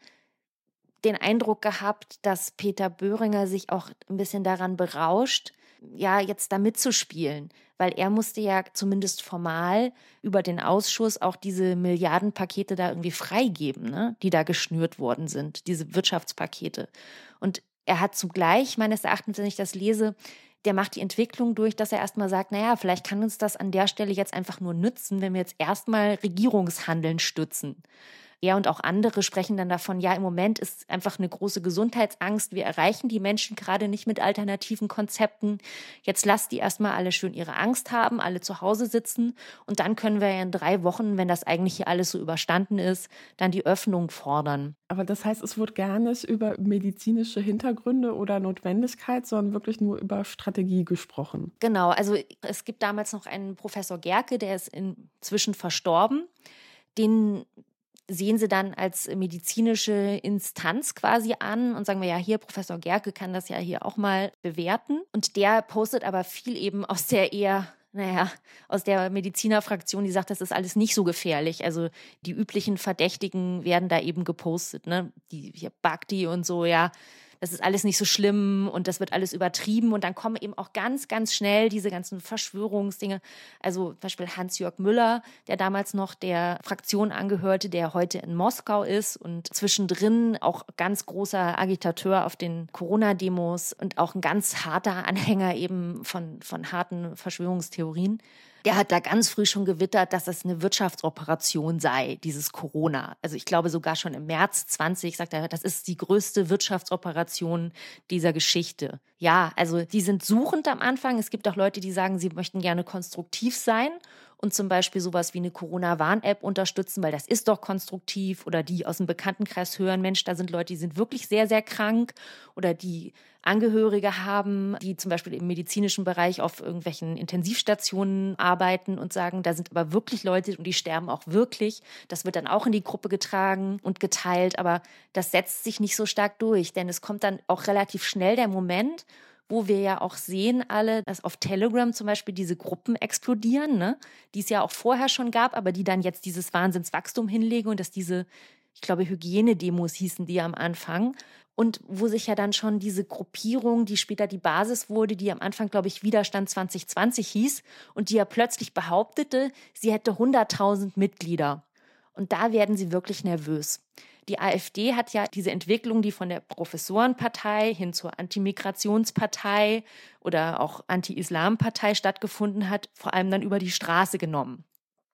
[SPEAKER 2] den Eindruck gehabt, dass Peter Böhringer sich auch ein bisschen daran berauscht, ja, jetzt da mitzuspielen. Weil er musste ja zumindest formal über den Ausschuss auch diese Milliardenpakete da irgendwie freigeben, ne, die da geschnürt worden sind, diese Wirtschaftspakete. Und er hat zugleich, meines Erachtens, wenn ich das lese, der macht die Entwicklung durch, dass er erstmal sagt, naja, vielleicht kann uns das an der Stelle jetzt einfach nur nützen, wenn wir jetzt erstmal Regierungshandeln stützen. Er und auch andere sprechen dann davon, ja, im Moment ist einfach eine große Gesundheitsangst. Wir erreichen die Menschen gerade nicht mit alternativen Konzepten. Jetzt lasst die erstmal alle schön ihre Angst haben, alle zu Hause sitzen. Und dann können wir ja in drei Wochen, wenn das eigentlich hier alles so überstanden ist, dann die Öffnung fordern.
[SPEAKER 6] Aber das heißt, es wird gar nicht über medizinische Hintergründe oder Notwendigkeit, sondern wirklich nur über Strategie gesprochen.
[SPEAKER 2] Genau, also es gibt damals noch einen Professor Gerke, der ist inzwischen verstorben. Den sehen sie dann als medizinische Instanz quasi an und sagen wir, ja, hier, Professor Gerke kann das ja hier auch mal bewerten. Und der postet aber viel eben aus der eher, naja, aus der Medizinerfraktion, die sagt, das ist alles nicht so gefährlich. Also die üblichen Verdächtigen werden da eben gepostet, ne? Die hier Bhakti und so, ja. Das ist alles nicht so schlimm und das wird alles übertrieben. Und dann kommen eben auch ganz, ganz schnell diese ganzen Verschwörungsdinge. Also zum Beispiel Hans-Jörg Müller, der damals noch der Fraktion angehörte, der heute in Moskau ist und zwischendrin auch ganz großer Agitateur auf den Corona-Demos und auch ein ganz harter Anhänger eben von, von harten Verschwörungstheorien. Der hat da ganz früh schon gewittert, dass das eine Wirtschaftsoperation sei, dieses Corona. Also ich glaube sogar schon im März zwanzig sagt er, das ist die größte Wirtschaftsoperation dieser Geschichte. Ja, also die sind suchend am Anfang. Es gibt auch Leute, die sagen, sie möchten gerne konstruktiv sein und zum Beispiel sowas wie eine Corona-Warn-App unterstützen, weil das ist doch konstruktiv. Oder die aus dem Bekanntenkreis hören, Mensch, da sind Leute, die sind wirklich sehr, sehr krank oder die Angehörige haben, die zum Beispiel im medizinischen Bereich auf irgendwelchen Intensivstationen arbeiten und sagen, da sind aber wirklich Leute und die sterben auch wirklich. Das wird dann auch in die Gruppe getragen und geteilt, aber das setzt sich nicht so stark durch, denn es kommt dann auch relativ schnell der Moment, wo wir ja auch sehen alle, dass auf Telegram zum Beispiel diese Gruppen explodieren, ne? Die es ja auch vorher schon gab, aber die dann jetzt dieses Wahnsinnswachstum hinlegen und dass diese, ich glaube, Hygienedemos hießen die am Anfang. Und wo sich ja dann schon diese Gruppierung, die später die Basis wurde, die am Anfang, glaube ich, Widerstand zwanzig zwanzig hieß und die ja plötzlich behauptete, sie hätte hunderttausend Mitglieder. Und da werden sie wirklich nervös. Die AfD hat ja diese Entwicklung, die von der Professorenpartei hin zur Antimigrationspartei oder auch Anti-Islam-Partei stattgefunden hat, vor allem dann über die Straße genommen.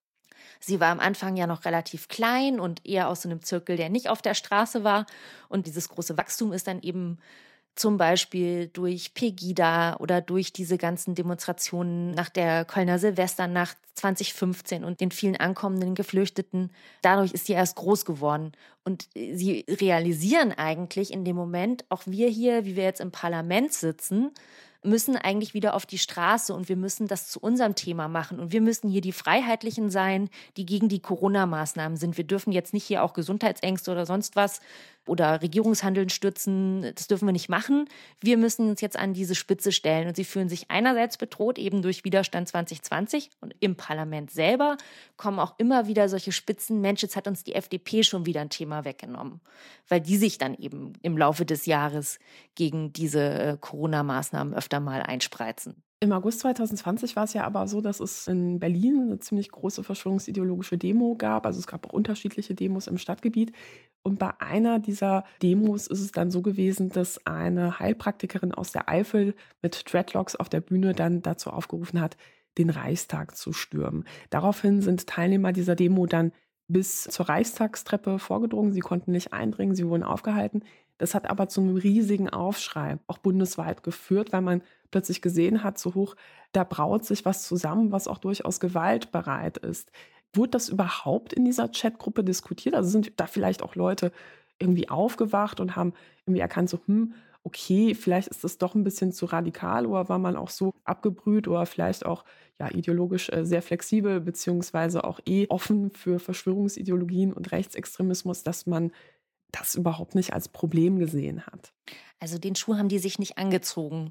[SPEAKER 2] Sie war am Anfang ja noch relativ klein und eher aus so einem Zirkel, der nicht auf der Straße war. Und dieses große Wachstum ist dann eben zum Beispiel durch Pegida oder durch diese ganzen Demonstrationen nach der Kölner Silvesternacht zwanzig fünfzehn und den vielen ankommenden Geflüchteten. Dadurch ist sie erst groß geworden. Und sie realisieren eigentlich in dem Moment, auch wir hier, wie wir jetzt im Parlament sitzen, müssen eigentlich wieder auf die Straße und wir müssen das zu unserem Thema machen. Und wir müssen hier die Freiheitlichen sein, die gegen die Corona-Maßnahmen sind. Wir dürfen jetzt nicht hier auch Gesundheitsängste oder sonst was oder Regierungshandeln stützen. Das dürfen wir nicht machen. Wir müssen uns jetzt an diese Spitze stellen. Und sie fühlen sich einerseits bedroht, eben durch Widerstand zwanzig zwanzig. Und im Parlament selber kommen auch immer wieder solche Spitzen. Mensch, jetzt hat uns die F D P schon wieder ein Thema weggenommen. Weil die sich dann eben im Laufe des Jahres gegen diese äh, Corona-Maßnahmen öfter mal einspreizen.
[SPEAKER 6] Im August zwanzig zwanzig war es ja aber so, dass es in Berlin eine ziemlich große verschwörungsideologische Demo gab. Also es gab auch unterschiedliche Demos im Stadtgebiet. Und bei einer dieser Demos ist es dann so gewesen, dass eine Heilpraktikerin aus der Eifel mit Dreadlocks auf der Bühne dann dazu aufgerufen hat, den Reichstag zu stürmen. Daraufhin sind Teilnehmer dieser Demo dann bis zur Reichstagstreppe vorgedrungen. Sie konnten nicht eindringen, sie wurden aufgehalten. Das hat aber zu einem riesigen Aufschrei, auch bundesweit, geführt, weil man plötzlich gesehen hat, so hoch, da braut sich was zusammen, was auch durchaus gewaltbereit ist. Wurde das überhaupt in dieser Chatgruppe diskutiert? Also sind da vielleicht auch Leute irgendwie aufgewacht und haben irgendwie erkannt, so, hm, okay, vielleicht ist das doch ein bisschen zu radikal oder war man auch so abgebrüht oder vielleicht auch ja, ideologisch äh, sehr flexibel beziehungsweise auch eh offen für Verschwörungsideologien und Rechtsextremismus, dass man das überhaupt nicht als Problem gesehen hat.
[SPEAKER 2] Also den Schuh haben die sich nicht angezogen.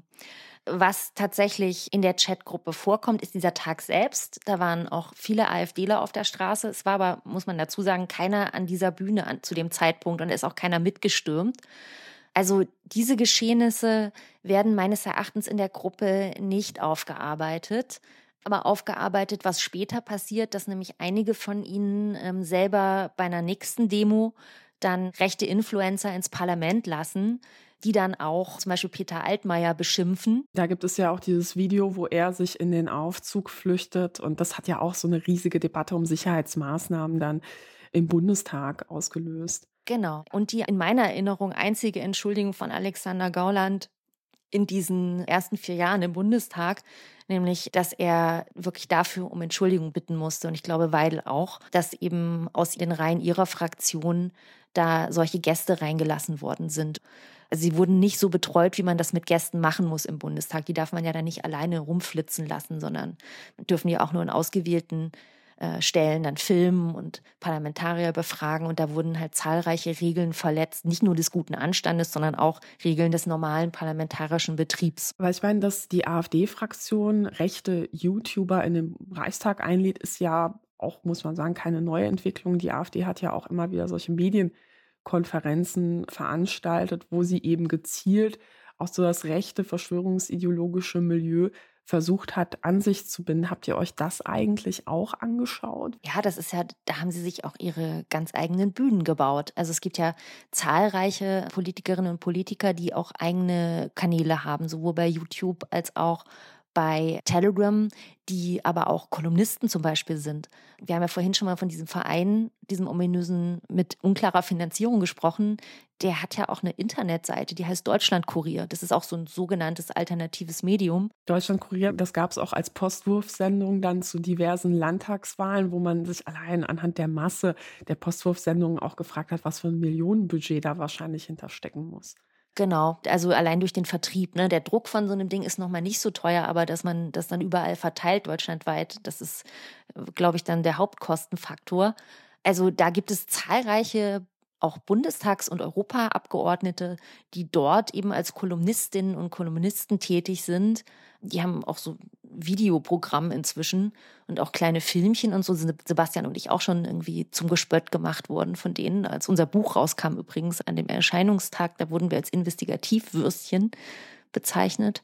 [SPEAKER 2] Was tatsächlich in der Chatgruppe vorkommt, ist dieser Tag selbst. Da waren auch viele AfDler auf der Straße. Es war aber, muss man dazu sagen, keiner an dieser Bühne an, zu dem Zeitpunkt und es ist auch keiner mitgestürmt. Also diese Geschehnisse werden meines Erachtens in der Gruppe nicht aufgearbeitet. Aber aufgearbeitet, was später passiert, dass nämlich einige von ihnen ähm, selber bei einer nächsten Demo dann rechte Influencer ins Parlament lassen, die dann auch zum Beispiel Peter Altmaier beschimpfen.
[SPEAKER 6] Da gibt es ja auch dieses Video, wo er sich in den Aufzug flüchtet. Und das hat ja auch so eine riesige Debatte um Sicherheitsmaßnahmen dann im Bundestag ausgelöst.
[SPEAKER 2] Genau. Und die in meiner Erinnerung einzige Entschuldigung von Alexander Gauland in diesen ersten vier Jahren im Bundestag, nämlich, dass er wirklich dafür um Entschuldigung bitten musste. Und ich glaube, Weidel auch, dass eben aus den Reihen ihrer Fraktion da solche Gäste reingelassen worden sind. Also sie wurden nicht so betreut, wie man das mit Gästen machen muss im Bundestag. Die darf man ja dann nicht alleine rumflitzen lassen, sondern dürfen ja auch nur in ausgewählten äh, Stellen dann filmen und Parlamentarier befragen. Und da wurden halt zahlreiche Regeln verletzt, nicht nur des guten Anstandes, sondern auch Regeln des normalen parlamentarischen Betriebs.
[SPEAKER 6] Weil ich meine, dass die AfD-Fraktion rechte YouTuber in den Reichstag einlädt, ist ja auch, muss man sagen, keine neue Entwicklung. Die AfD hat ja auch immer wieder solche Medienkonferenzen veranstaltet, wo sie eben gezielt auch so das rechte verschwörungsideologische Milieu versucht hat, an sich zu binden. Habt ihr euch das eigentlich auch angeschaut?
[SPEAKER 2] Ja, das ist ja, da haben sie sich auch ihre ganz eigenen Bühnen gebaut. Also es gibt ja zahlreiche Politikerinnen und Politiker, die auch eigene Kanäle haben, sowohl bei YouTube als auch bei Telegram, die aber auch Kolumnisten zum Beispiel sind. Wir haben ja vorhin schon mal von diesem Verein, diesem ominösen mit unklarer Finanzierung gesprochen. Der hat ja auch eine Internetseite, die heißt Deutschlandkurier. Das ist auch so ein sogenanntes alternatives Medium.
[SPEAKER 6] Deutschlandkurier, das gab es auch als Postwurfsendung dann zu diversen Landtagswahlen, wo man sich allein anhand der Masse der Postwurfsendungen auch gefragt hat, was für ein Millionenbudget da wahrscheinlich hinterstecken muss.
[SPEAKER 2] Genau, also allein durch den Vertrieb. Ne? Der Druck von so einem Ding ist nochmal nicht so teuer, aber dass man das dann überall verteilt, deutschlandweit, das ist, glaube ich, dann der Hauptkostenfaktor. Also da gibt es zahlreiche auch Bundestags- und Europaabgeordnete, die dort eben als Kolumnistinnen und Kolumnisten tätig sind. Die haben auch so Videoprogramm inzwischen und auch kleine Filmchen und so sind Sebastian und ich auch schon irgendwie zum Gespött gemacht worden von denen. Als unser Buch rauskam übrigens an dem Erscheinungstag, da wurden wir als Investigativwürstchen bezeichnet,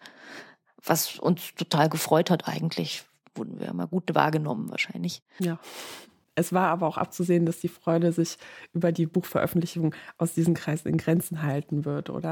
[SPEAKER 2] was uns total gefreut hat eigentlich. Wurden wir mal gut wahrgenommen wahrscheinlich.
[SPEAKER 6] Ja. Es war aber auch abzusehen, dass die Freude sich über die Buchveröffentlichung aus diesen Kreisen in Grenzen halten wird, oder?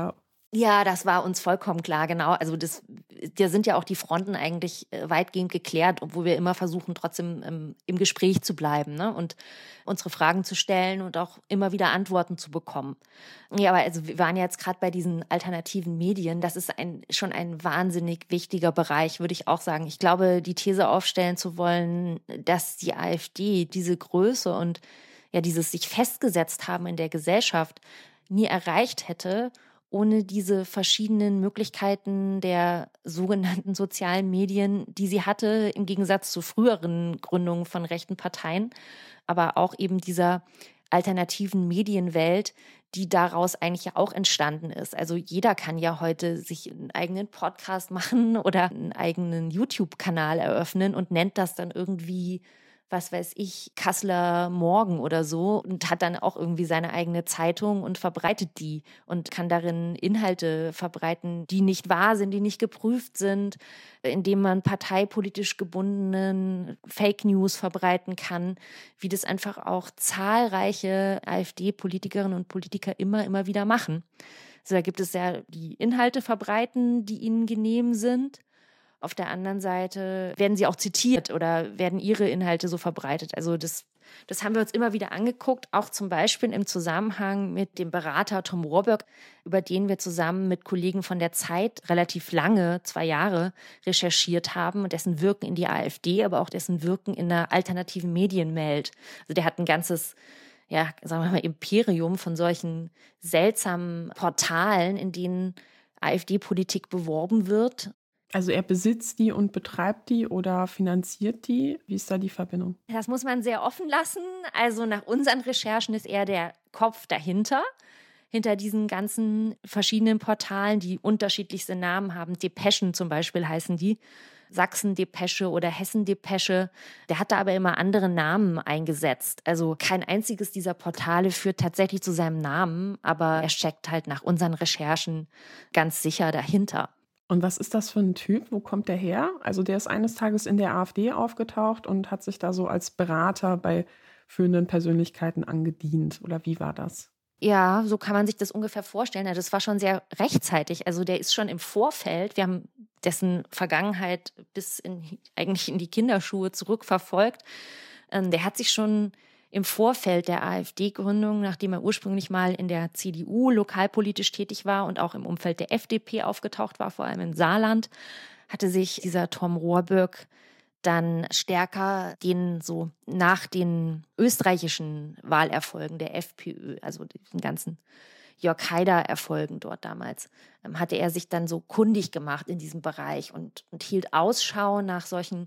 [SPEAKER 2] Ja, das war uns vollkommen klar, genau. Also das, da sind ja auch die Fronten eigentlich weitgehend geklärt, obwohl wir immer versuchen, trotzdem im, im Gespräch zu bleiben, ne? Und unsere Fragen zu stellen und auch immer wieder Antworten zu bekommen. Ja, aber also wir waren ja jetzt gerade bei diesen alternativen Medien. Das ist ein, schon ein wahnsinnig wichtiger Bereich, würde ich auch sagen. Ich glaube, die These aufstellen zu wollen, dass die AfD diese Größe und ja dieses sich festgesetzt haben in der Gesellschaft nie erreicht hätte, ohne diese verschiedenen Möglichkeiten der sogenannten sozialen Medien, die sie hatte, im Gegensatz zu früheren Gründungen von rechten Parteien, aber auch eben dieser alternativen Medienwelt, die daraus eigentlich ja auch entstanden ist. Also jeder kann ja heute sich einen eigenen Podcast machen oder einen eigenen YouTube-Kanal eröffnen und nennt das dann irgendwie, was weiß ich, Kasseler Morgen oder so und hat dann auch irgendwie seine eigene Zeitung und verbreitet die und kann darin Inhalte verbreiten, die nicht wahr sind, die nicht geprüft sind, indem man parteipolitisch gebundenen Fake News verbreiten kann, wie das einfach auch zahlreiche AfD-Politikerinnen und Politiker immer, immer wieder machen. Also da gibt es ja die Inhalte verbreiten, die ihnen genehm sind. Auf der anderen Seite werden sie auch zitiert oder werden ihre Inhalte so verbreitet. Also das, das haben wir uns immer wieder angeguckt, auch zum Beispiel im Zusammenhang mit dem Berater Tom Warburg, über den wir zusammen mit Kollegen von der Zeit relativ lange, zwei Jahre, recherchiert haben und dessen Wirken in die AfD, aber auch dessen Wirken in der alternativen Medienwelt. Also der hat ein ganzes, ja, sagen wir mal, Imperium von solchen seltsamen Portalen, in denen AfD-Politik beworben wird.
[SPEAKER 6] Also er besitzt die und betreibt die oder finanziert die? Wie ist da die Verbindung?
[SPEAKER 2] Das muss man sehr offen lassen. Also nach unseren Recherchen ist er der Kopf dahinter, hinter diesen ganzen verschiedenen Portalen, die unterschiedlichste Namen haben. Depeschen zum Beispiel heißen die. Sachsen-Depesche oder Hessen-Depesche. Der hat da aber immer andere Namen eingesetzt. Also kein einziges dieser Portale führt tatsächlich zu seinem Namen, aber er steckt halt nach unseren Recherchen ganz sicher dahinter.
[SPEAKER 6] Und was ist das für ein Typ? Wo kommt der her? Also der ist eines Tages in der AfD aufgetaucht und hat sich da so als Berater bei führenden Persönlichkeiten angedient. Oder wie war das?
[SPEAKER 2] Ja, so kann man sich das ungefähr vorstellen. Das war schon sehr rechtzeitig. Also der ist schon im Vorfeld, wir haben dessen Vergangenheit bis in, eigentlich in die Kinderschuhe zurückverfolgt. Der hat sich schon im Vorfeld der AfD-Gründung, nachdem er ursprünglich mal in der C D U lokalpolitisch tätig war und auch im Umfeld der F D P aufgetaucht war, vor allem im Saarland, hatte sich dieser Tom Warburg dann stärker den so nach den österreichischen Wahlerfolgen der FPÖ, also den ganzen Jörg Haider-Erfolgen dort damals, hatte er sich dann so kundig gemacht in diesem Bereich und, und hielt Ausschau nach solchen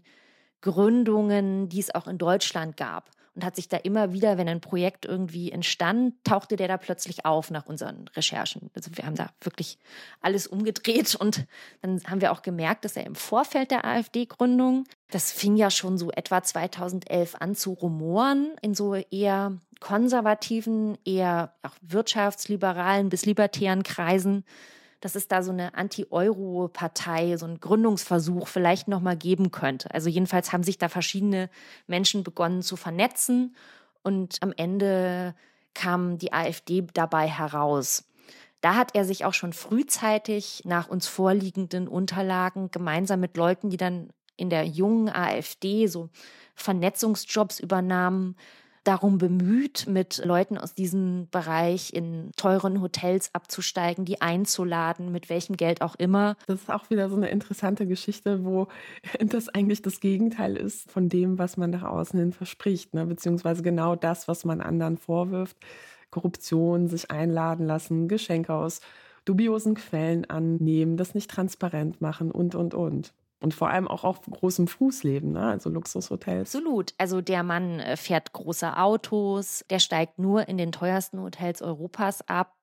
[SPEAKER 2] Gründungen, die es auch in Deutschland gab. Und hat sich da immer wieder, wenn ein Projekt irgendwie entstand, tauchte der da plötzlich auf nach unseren Recherchen. Also wir haben da wirklich alles umgedreht und dann haben wir auch gemerkt, dass er im Vorfeld der AfD-Gründung, das fing ja schon so etwa zweitausendelf an zu rumoren, in so eher konservativen, eher auch wirtschaftsliberalen bis libertären Kreisen, dass es da so eine Anti-Euro-Partei, so einen Gründungsversuch vielleicht nochmal geben könnte. Also jedenfalls haben sich da verschiedene Menschen begonnen zu vernetzen und am Ende kam die AfD dabei heraus. Da hat er sich auch schon frühzeitig nach uns vorliegenden Unterlagen gemeinsam mit Leuten, die dann in der jungen AfD so Vernetzungsjobs übernahmen, darum bemüht, mit Leuten aus diesem Bereich in teuren Hotels abzusteigen, die einzuladen, mit welchem Geld auch immer.
[SPEAKER 6] Das ist auch wieder so eine interessante Geschichte, wo das eigentlich das Gegenteil ist von dem, was man nach außen hin verspricht, ne? Beziehungsweise genau das, was man anderen vorwirft. Korruption, sich einladen lassen, Geschenke aus dubiosen Quellen annehmen, das nicht transparent machen und, und, und. Und vor allem auch auf großem Fuß leben, ne? Also Luxushotels.
[SPEAKER 2] Absolut. Also der Mann fährt große Autos, der steigt nur in den teuersten Hotels Europas ab,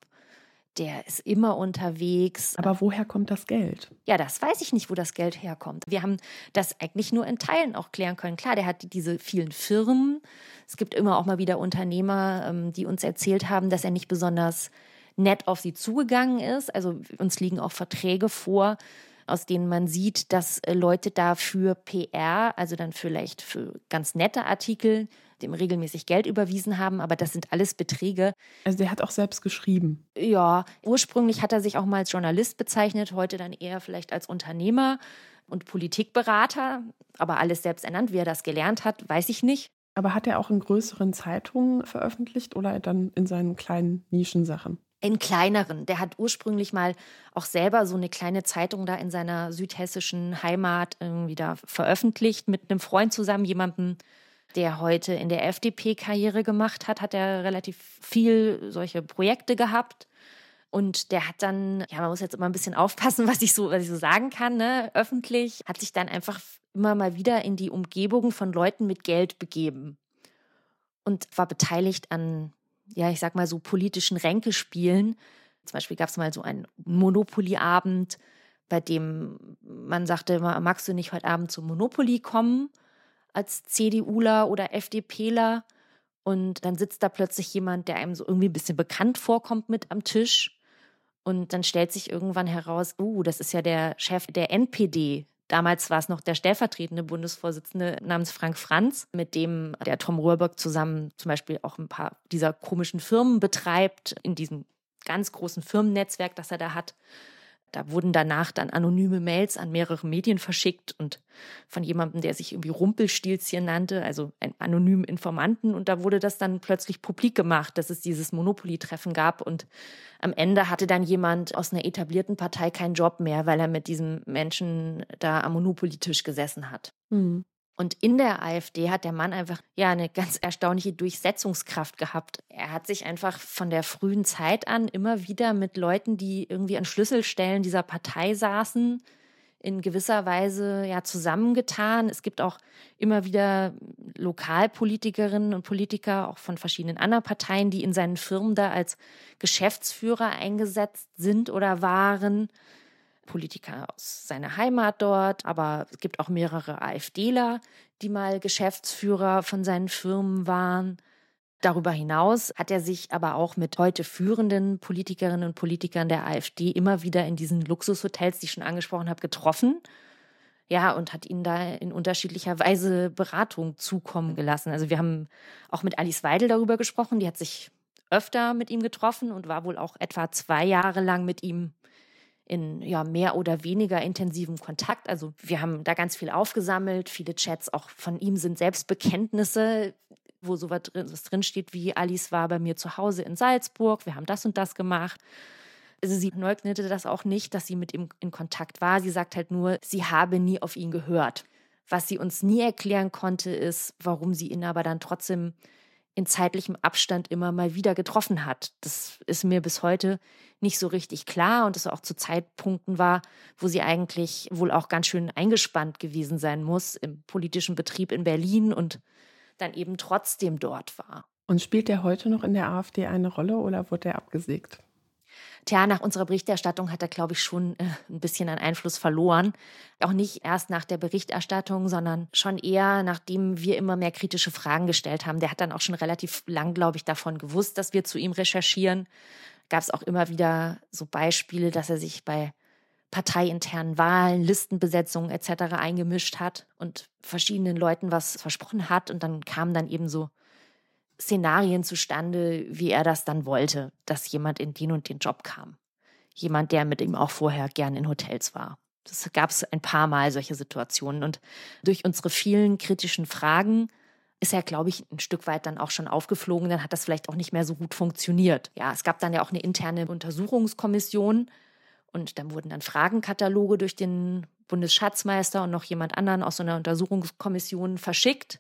[SPEAKER 2] der ist immer unterwegs.
[SPEAKER 6] Aber woher kommt das Geld?
[SPEAKER 2] Ja, das weiß ich nicht, wo das Geld herkommt. Wir haben das eigentlich nur in Teilen auch klären können. Klar, der hat diese vielen Firmen. Es gibt immer auch mal wieder Unternehmer, die uns erzählt haben, dass er nicht besonders nett auf sie zugegangen ist. Also uns liegen auch Verträge vor, aus denen man sieht, dass Leute dafür P R, also dann vielleicht für ganz nette Artikel, dem regelmäßig Geld überwiesen haben, aber das sind alles Beträge.
[SPEAKER 6] Also der hat auch selbst geschrieben.
[SPEAKER 2] Ja, ursprünglich hat er sich auch mal als Journalist bezeichnet, heute dann eher vielleicht als Unternehmer und Politikberater, aber alles selbst ernannt. Wie er das gelernt hat, weiß ich nicht.
[SPEAKER 6] Aber hat er auch in größeren Zeitungen veröffentlicht oder dann in seinen kleinen Nischensachen?
[SPEAKER 2] In kleineren. Der hat ursprünglich mal auch selber so eine kleine Zeitung da in seiner südhessischen Heimat irgendwie da veröffentlicht mit einem Freund zusammen, jemandem, der heute in der F D P Karriere gemacht hat, hat er relativ viel solche Projekte gehabt. Und der hat dann, ja, man muss jetzt immer ein bisschen aufpassen, was ich so, was ich so sagen kann, ne, öffentlich, hat sich dann einfach immer mal wieder in die Umgebung von Leuten mit Geld begeben und war beteiligt an, ja, ich sag mal so politischen Ränkespielen. Zum Beispiel gab es mal so einen Monopoly-Abend, bei dem man sagte, magst du nicht heute Abend zum Monopoly kommen als CDUler oder FDPler? Und dann sitzt da plötzlich jemand, der einem so irgendwie ein bisschen bekannt vorkommt mit am Tisch. Und dann stellt sich irgendwann heraus, oh, das ist ja der Chef der N P D. Damals war es noch der stellvertretende Bundesvorsitzende namens Frank Franz, mit dem der Tom Ruhrberg zusammen zum Beispiel auch ein paar dieser komischen Firmen betreibt, in diesem ganz großen Firmennetzwerk, das er da hat. Da wurden danach dann anonyme Mails an mehrere Medien verschickt und von jemandem, der sich irgendwie Rumpelstilzchen nannte, also einen anonymen Informanten. Und da wurde das dann plötzlich publik gemacht, dass es dieses Monopoly-Treffen gab. Und am Ende hatte dann jemand aus einer etablierten Partei keinen Job mehr, weil er mit diesem Menschen da am Monopoly-Tisch gesessen hat.
[SPEAKER 6] Mhm.
[SPEAKER 2] Und in der AfD hat der Mann einfach ja eine ganz erstaunliche Durchsetzungskraft gehabt. Er hat sich einfach von der frühen Zeit an immer wieder mit Leuten, die irgendwie an Schlüsselstellen dieser Partei saßen, in gewisser Weise ja zusammengetan. Es gibt auch immer wieder Lokalpolitikerinnen und Politiker, auch von verschiedenen anderen Parteien, die in seinen Firmen da als Geschäftsführer eingesetzt sind oder waren. Politiker aus seiner Heimat dort, aber es gibt auch mehrere AfDler, die mal Geschäftsführer von seinen Firmen waren. Darüber hinaus hat er sich aber auch mit heute führenden Politikerinnen und Politikern der AfD immer wieder in diesen Luxushotels, die ich schon angesprochen habe, getroffen. Ja, und hat ihnen da in unterschiedlicher Weise Beratung zukommen gelassen. Also wir haben auch mit Alice Weidel darüber gesprochen, die hat sich öfter mit ihm getroffen und war wohl auch etwa zwei Jahre lang mit ihm in ja, mehr oder weniger intensivem Kontakt. Also wir haben da ganz viel aufgesammelt. Viele Chats auch von ihm sind Selbstbekenntnisse, wo sowas drin, was drin steht wie Alice war bei mir zu Hause in Salzburg, wir haben das und das gemacht. Also sie leugnete das auch nicht, dass sie mit ihm in Kontakt war. Sie sagt halt nur, sie habe nie auf ihn gehört. Was sie uns nie erklären konnte, ist, warum sie ihn aber dann trotzdem in zeitlichem Abstand immer mal wieder getroffen hat. Das ist mir bis heute nicht so richtig klar und es auch zu Zeitpunkten war, wo sie eigentlich wohl auch ganz schön eingespannt gewesen sein muss im politischen Betrieb in Berlin und dann eben trotzdem dort war.
[SPEAKER 6] Und spielt der heute noch in der AfD eine Rolle oder wurde er abgesägt?
[SPEAKER 2] Tja, nach unserer Berichterstattung hat er, glaube ich, schon äh, ein bisschen an Einfluss verloren. Auch nicht erst nach der Berichterstattung, sondern schon eher, nachdem wir immer mehr kritische Fragen gestellt haben. Der hat dann auch schon relativ lang, glaube ich, davon gewusst, dass wir zu ihm recherchieren. Gab es auch immer wieder so Beispiele, dass er sich bei parteiinternen Wahlen, Listenbesetzungen et cetera eingemischt hat und verschiedenen Leuten was versprochen hat. Und dann kamen dann eben so Szenarien zustande, wie er das dann wollte, dass jemand in den und den Job kam. Jemand, der mit ihm auch vorher gern in Hotels war. Das gab es ein paar Mal, solche Situationen. Und durch unsere vielen kritischen Fragen ist er, glaube ich, ein Stück weit dann auch schon aufgeflogen. Dann hat das vielleicht auch nicht mehr so gut funktioniert. Ja, es gab dann ja auch eine interne Untersuchungskommission und dann wurden dann Fragenkataloge durch den Bundesschatzmeister und noch jemand anderen aus so einer Untersuchungskommission verschickt.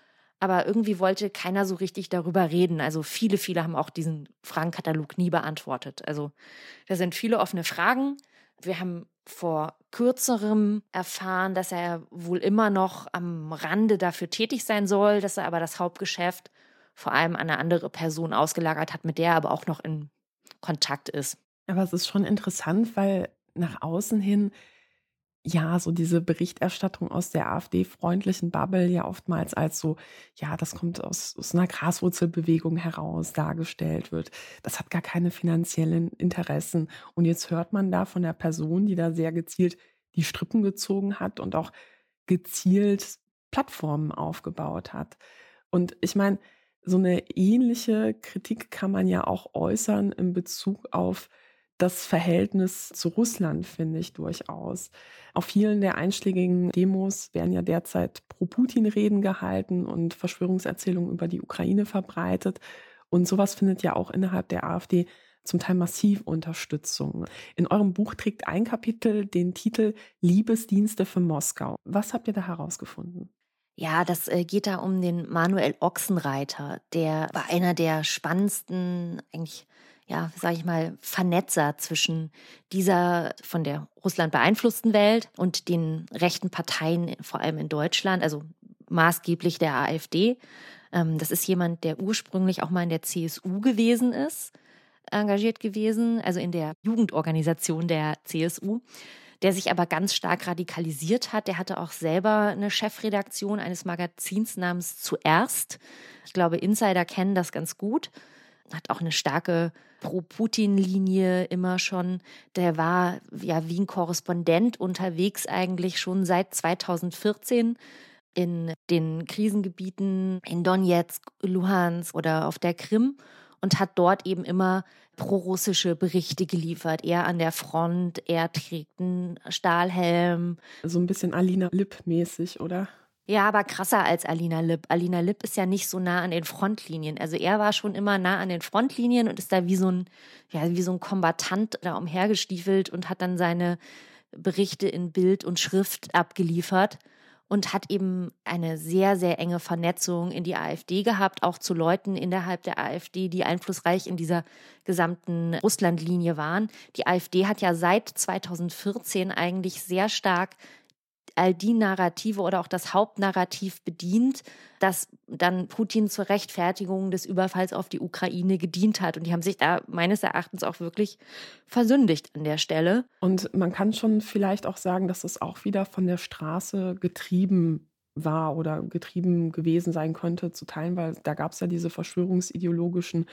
[SPEAKER 2] Aber irgendwie wollte keiner so richtig darüber reden. Also viele, viele haben auch diesen Fragenkatalog nie beantwortet. Also da sind viele offene Fragen. Wir haben vor kürzerem erfahren, dass er wohl immer noch am Rande dafür tätig sein soll, dass er aber das Hauptgeschäft vor allem an eine andere Person ausgelagert hat, mit der er aber auch noch in Kontakt ist.
[SPEAKER 6] Aber es ist schon interessant, weil nach außen hin ja, so diese Berichterstattung aus der AfD-freundlichen Bubble ja oftmals als so, ja, das kommt aus, aus einer Graswurzelbewegung heraus dargestellt wird. Das hat gar keine finanziellen Interessen. Und jetzt hört man da von der Person, die da sehr gezielt die Strippen gezogen hat und auch gezielt Plattformen aufgebaut hat. Und ich meine, so eine ähnliche Kritik kann man ja auch äußern in Bezug auf das Verhältnis zu Russland, finde ich durchaus. Auf vielen der einschlägigen Demos werden ja derzeit Pro-Putin-Reden gehalten und Verschwörungserzählungen über die Ukraine verbreitet. Und sowas findet ja auch innerhalb der AfD zum Teil massiv Unterstützung. In eurem Buch trägt ein Kapitel den Titel Liebesdienste für Moskau. Was habt ihr da herausgefunden?
[SPEAKER 2] Ja, das äh, geht da um den Manuel Ochsenreiter. Der war einer der spannendsten, eigentlich, ja, sage ich mal, Vernetzer zwischen dieser von der Russland beeinflussten Welt und den rechten Parteien, vor allem in Deutschland, also maßgeblich der AfD. Ähm, das ist jemand, der ursprünglich auch mal in der C S U gewesen ist, engagiert gewesen, also in der Jugendorganisation der C S U, der sich aber ganz stark radikalisiert hat. Der hatte auch selber eine Chefredaktion eines Magazins namens Zuerst. Ich glaube, Insider kennen das ganz gut. Hat auch eine starke Pro-Putin-Linie immer schon. Der war ja wie ein Korrespondent unterwegs eigentlich schon seit zweitausendvierzehn in den Krisengebieten in Donetsk, Luhansk oder auf der Krim und hat dort eben immer prorussische Berichte geliefert. Er an der Front, er trägt einen Stahlhelm.
[SPEAKER 6] So ein bisschen Alina Lipp-mäßig, oder?
[SPEAKER 2] Ja, aber krasser als Alina Lipp. Alina Lipp ist ja nicht so nah an den Frontlinien. Also er war schon immer nah an den Frontlinien und ist da wie so ein, ja, wie so ein Kombattant da umhergestiefelt und hat dann seine Berichte in Bild und Schrift abgeliefert und hat eben eine sehr, sehr enge Vernetzung in die AfD gehabt, auch zu Leuten innerhalb der AfD, die einflussreich in dieser gesamten Russlandlinie waren. Die AfD hat ja seit zweitausendvierzehn eigentlich sehr stark all die Narrative oder auch das Hauptnarrativ bedient, das dann Putin zur Rechtfertigung des Überfalls auf die Ukraine gedient hat. Und die haben sich da meines Erachtens auch wirklich versündigt an der Stelle.
[SPEAKER 6] Und man kann schon vielleicht auch sagen, dass es auch wieder von der Straße getrieben war oder getrieben gewesen sein könnte zu Teilen, weil da gab es ja diese verschwörungsideologischen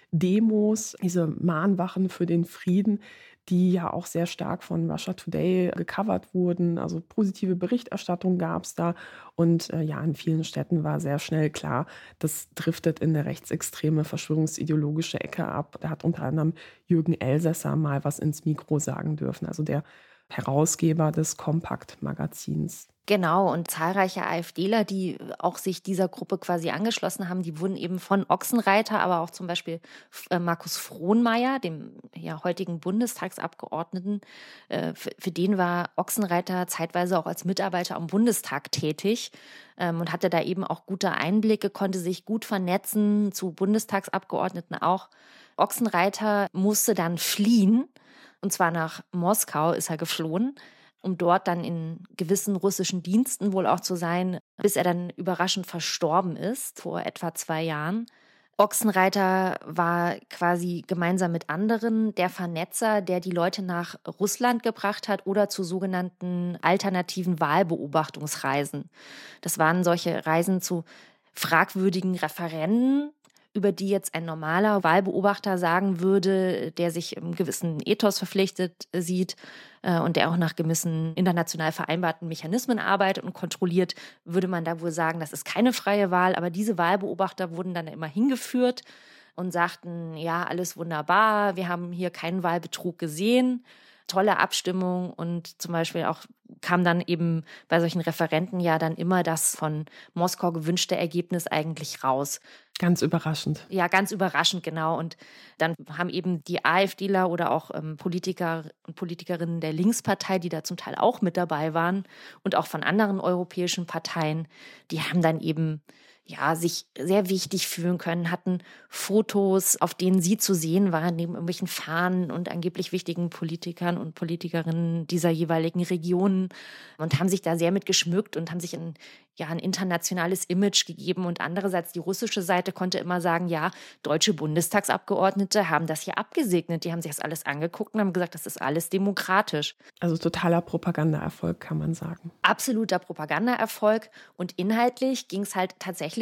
[SPEAKER 6] Demos, diese Mahnwachen für den Frieden, die ja auch sehr stark von Russia Today gecovert wurden. Also positive Berichterstattung gab es da. Und äh, ja, in vielen Städten war sehr schnell klar, das driftet in eine rechtsextreme, verschwörungsideologische Ecke ab. Da hat unter anderem Jürgen Elsässer mal was ins Mikro sagen dürfen, also der Herausgeber des Kompakt-Magazins.
[SPEAKER 2] Genau, und zahlreiche AfDler, die auch sich dieser Gruppe quasi angeschlossen haben, die wurden eben von Ochsenreiter, aber auch zum Beispiel äh, Markus Frohnmaier, dem ja, heutigen Bundestagsabgeordneten, äh, für, für den war Ochsenreiter zeitweise auch als Mitarbeiter am Bundestag tätig ähm, und hatte da eben auch gute Einblicke, konnte sich gut vernetzen zu Bundestagsabgeordneten auch. Ochsenreiter musste dann fliehen, und zwar nach Moskau ist er geflohen, um dort dann in gewissen russischen Diensten wohl auch zu sein, bis er dann überraschend verstorben ist, vor etwa zwei Jahren. Ochsenreiter war quasi gemeinsam mit anderen der Vernetzer, der die Leute nach Russland gebracht hat oder zu sogenannten alternativen Wahlbeobachtungsreisen. Das waren solche Reisen zu fragwürdigen Referenden, über die jetzt ein normaler Wahlbeobachter sagen würde, der sich im gewissen Ethos verpflichtet sieht äh, und der auch nach gewissen international vereinbarten Mechanismen arbeitet und kontrolliert, würde man da wohl sagen, das ist keine freie Wahl. Aber diese Wahlbeobachter wurden dann immer hingeführt und sagten, ja, alles wunderbar, wir haben hier keinen Wahlbetrug gesehen. Tolle Abstimmung und zum Beispiel auch kam dann eben bei solchen Referenten ja dann immer das von Moskau gewünschte Ergebnis eigentlich raus.
[SPEAKER 6] Ganz überraschend.
[SPEAKER 2] Ja, ganz überraschend, genau. Und dann haben eben die AfDler oder auch ähm, Politiker und Politikerinnen der Linkspartei, die da zum Teil auch mit dabei waren und auch von anderen europäischen Parteien, die haben dann eben ja, sich sehr wichtig fühlen können, hatten Fotos, auf denen sie zu sehen waren, neben irgendwelchen Fahnen und angeblich wichtigen Politikern und Politikerinnen dieser jeweiligen Regionen und haben sich da sehr mit geschmückt und haben sich ein, ja, ein internationales Image gegeben. Und andererseits die russische Seite konnte immer sagen, ja, deutsche Bundestagsabgeordnete haben das hier abgesegnet. Die haben sich das alles angeguckt und haben gesagt, das ist alles demokratisch.
[SPEAKER 6] Also totaler Propagandaerfolg, kann man sagen.
[SPEAKER 2] Absoluter Propagandaerfolg. Und inhaltlich ging es halt tatsächlich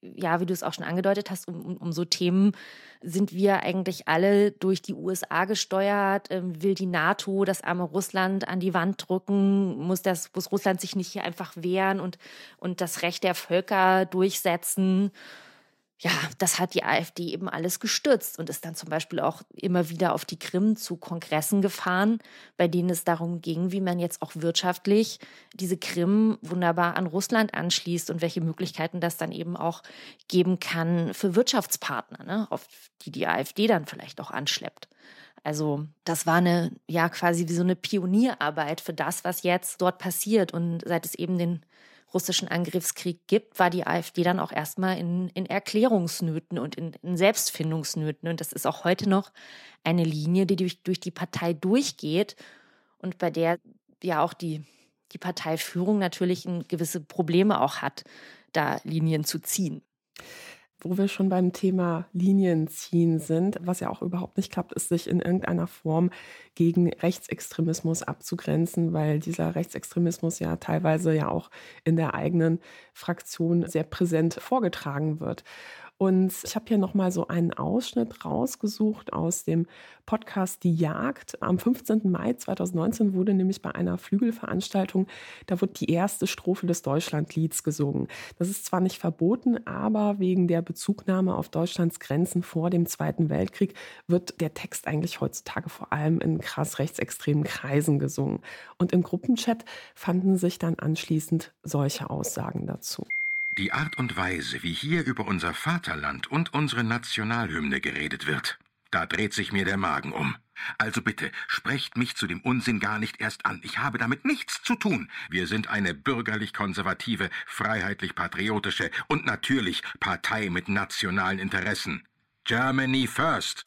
[SPEAKER 2] ja, wie du es auch schon angedeutet hast, um, um, um so Themen sind wir eigentlich alle durch die U S A gesteuert. Ähm, will die NATO das arme Russland an die Wand drücken? Muss, das, muss Russland sich nicht hier einfach wehren und, und das Recht der Völker durchsetzen? Ja, das hat die AfD eben alles gestützt und ist dann zum Beispiel auch immer wieder auf die Krim zu Kongressen gefahren, bei denen es darum ging, wie man jetzt auch wirtschaftlich diese Krim wunderbar an Russland anschließt und welche Möglichkeiten das dann eben auch geben kann für Wirtschaftspartner, ne, auf die die AfD dann vielleicht auch anschleppt. Also das war eine, ja, quasi wie so eine Pionierarbeit für das, was jetzt dort passiert. Und seit es eben den russischen Angriffskrieg gibt, war die AfD dann auch erstmal in, in Erklärungsnöten und in, in Selbstfindungsnöten. Und das ist auch heute noch eine Linie, die durch, durch die Partei durchgeht und bei der ja auch die, die Parteiführung natürlich gewisse Probleme auch hat, da Linien zu ziehen.
[SPEAKER 6] Wo wir schon beim Thema Linien ziehen sind, was ja auch überhaupt nicht klappt, ist, sich in irgendeiner Form gegen Rechtsextremismus abzugrenzen, weil dieser Rechtsextremismus ja teilweise ja auch in der eigenen Fraktion sehr präsent vorgetragen wird. Und ich habe hier nochmal so einen Ausschnitt rausgesucht aus dem Podcast Die Jagd. Am fünfzehnten Mai zweitausendneunzehn wurde nämlich bei einer Flügelveranstaltung, da wird die erste Strophe des Deutschlandlieds gesungen. Das ist zwar nicht verboten, aber wegen der Bezugnahme auf Deutschlands Grenzen vor dem Zweiten Weltkrieg wird der Text eigentlich heutzutage vor allem in krass rechtsextremen Kreisen gesungen. Und im Gruppenchat fanden sich dann anschließend solche Aussagen dazu.
[SPEAKER 3] Die Art und Weise, wie hier über unser Vaterland und unsere Nationalhymne geredet wird, da dreht sich mir der Magen um. Also bitte, sprecht mich zu dem Unsinn gar nicht erst an. Ich habe damit nichts zu tun. Wir sind eine bürgerlich-konservative, freiheitlich-patriotische und natürlich Partei mit nationalen Interessen. Germany first!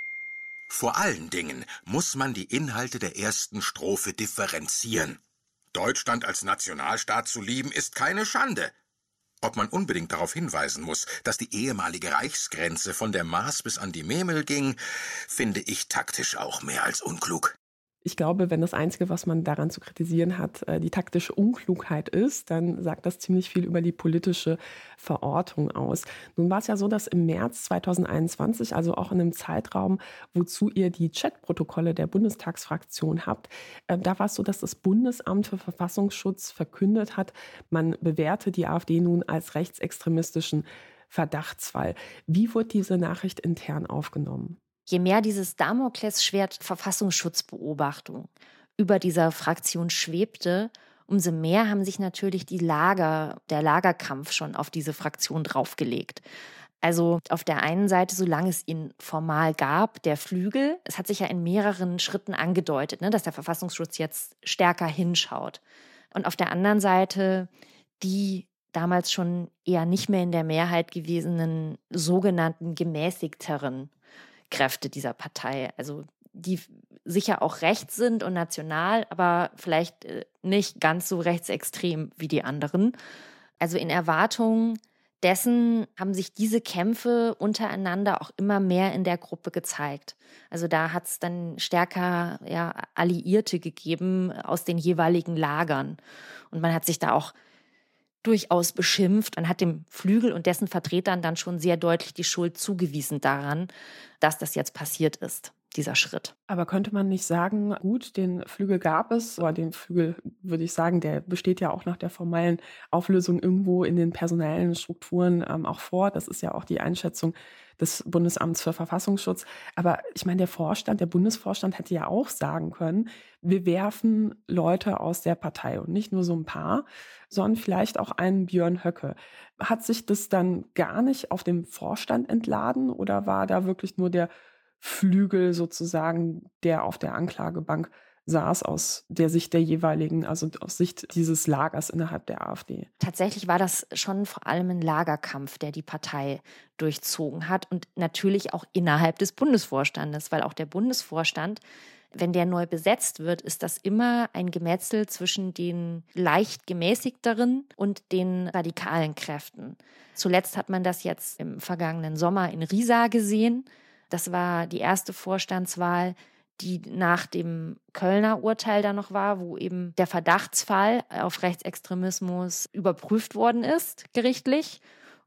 [SPEAKER 8] Vor allen Dingen muss man die Inhalte der ersten Strophe differenzieren. Deutschland als Nationalstaat zu lieben, ist keine Schande. Ob man unbedingt darauf hinweisen muss, dass die ehemalige Reichsgrenze von der Maas bis an die Memel ging, finde ich taktisch auch mehr als unklug.
[SPEAKER 6] Ich glaube, wenn das Einzige, was man daran zu kritisieren hat, die taktische Unklugheit ist, dann sagt das ziemlich viel über die politische Verortung aus. Nun war es ja so, dass im März zweitausendeinundzwanzig, also auch in einem Zeitraum, wozu ihr die Chatprotokolle der Bundestagsfraktion habt, da war es so, dass das Bundesamt für Verfassungsschutz verkündet hat, man bewerte die AfD nun als rechtsextremistischen Verdachtsfall. Wie wurde diese Nachricht intern aufgenommen?
[SPEAKER 2] Je mehr dieses Damoklesschwert Verfassungsschutzbeobachtung über dieser Fraktion schwebte, umso mehr haben sich natürlich die Lager, der Lagerkampf schon auf diese Fraktion draufgelegt. Also auf der einen Seite, solange es ihn formal gab, der Flügel, es hat sich ja in mehreren Schritten angedeutet, ne, dass der Verfassungsschutz jetzt stärker hinschaut. Und auf der anderen Seite die damals schon eher nicht mehr in der Mehrheit gewesenen sogenannten gemäßigteren Kräfte dieser Partei, also die sicher auch rechts sind und national, aber vielleicht nicht ganz so rechtsextrem wie die anderen. Also in Erwartung dessen haben sich diese Kämpfe untereinander auch immer mehr in der Gruppe gezeigt. Also da hat es dann stärker ja, Alliierte gegeben aus den jeweiligen Lagern. Und man hat sich da auch durchaus beschimpft und hat dem Flügel und dessen Vertretern dann schon sehr deutlich die Schuld zugewiesen daran, dass das jetzt passiert ist, dieser Schritt.
[SPEAKER 6] Aber könnte man nicht sagen, gut, den Flügel gab es, aber den Flügel, würde ich sagen, der besteht ja auch nach der formellen Auflösung irgendwo in den personellen Strukturen ähm, auch vor. Das ist ja auch die Einschätzung des Bundesamts für Verfassungsschutz. Aber ich meine, der Vorstand, der Bundesvorstand hätte ja auch sagen können, wir werfen Leute aus der Partei und nicht nur so ein paar, sondern vielleicht auch einen Björn Höcke. Hat sich das dann gar nicht auf dem Vorstand entladen oder war da wirklich nur der Flügel sozusagen, der auf der Anklagebank saß aus der Sicht der jeweiligen, also aus Sicht dieses Lagers innerhalb der AfD?
[SPEAKER 2] Tatsächlich war das schon vor allem ein Lagerkampf, der die Partei durchzogen hat und natürlich auch innerhalb des Bundesvorstandes, weil auch der Bundesvorstand, wenn der neu besetzt wird, ist das immer ein Gemetzel zwischen den leicht gemäßigteren und den radikalen Kräften. Zuletzt hat man das jetzt im vergangenen Sommer in Riesa gesehen. Das war die erste Vorstandswahl, die nach dem Kölner Urteil da noch war, wo eben der Verdachtsfall auf Rechtsextremismus überprüft worden ist, gerichtlich.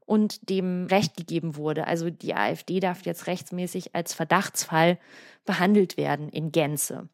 [SPEAKER 2] und dem Recht gegeben wurde. Also die AfD darf jetzt rechtsmäßig als Verdachtsfall behandelt werden in Gänze.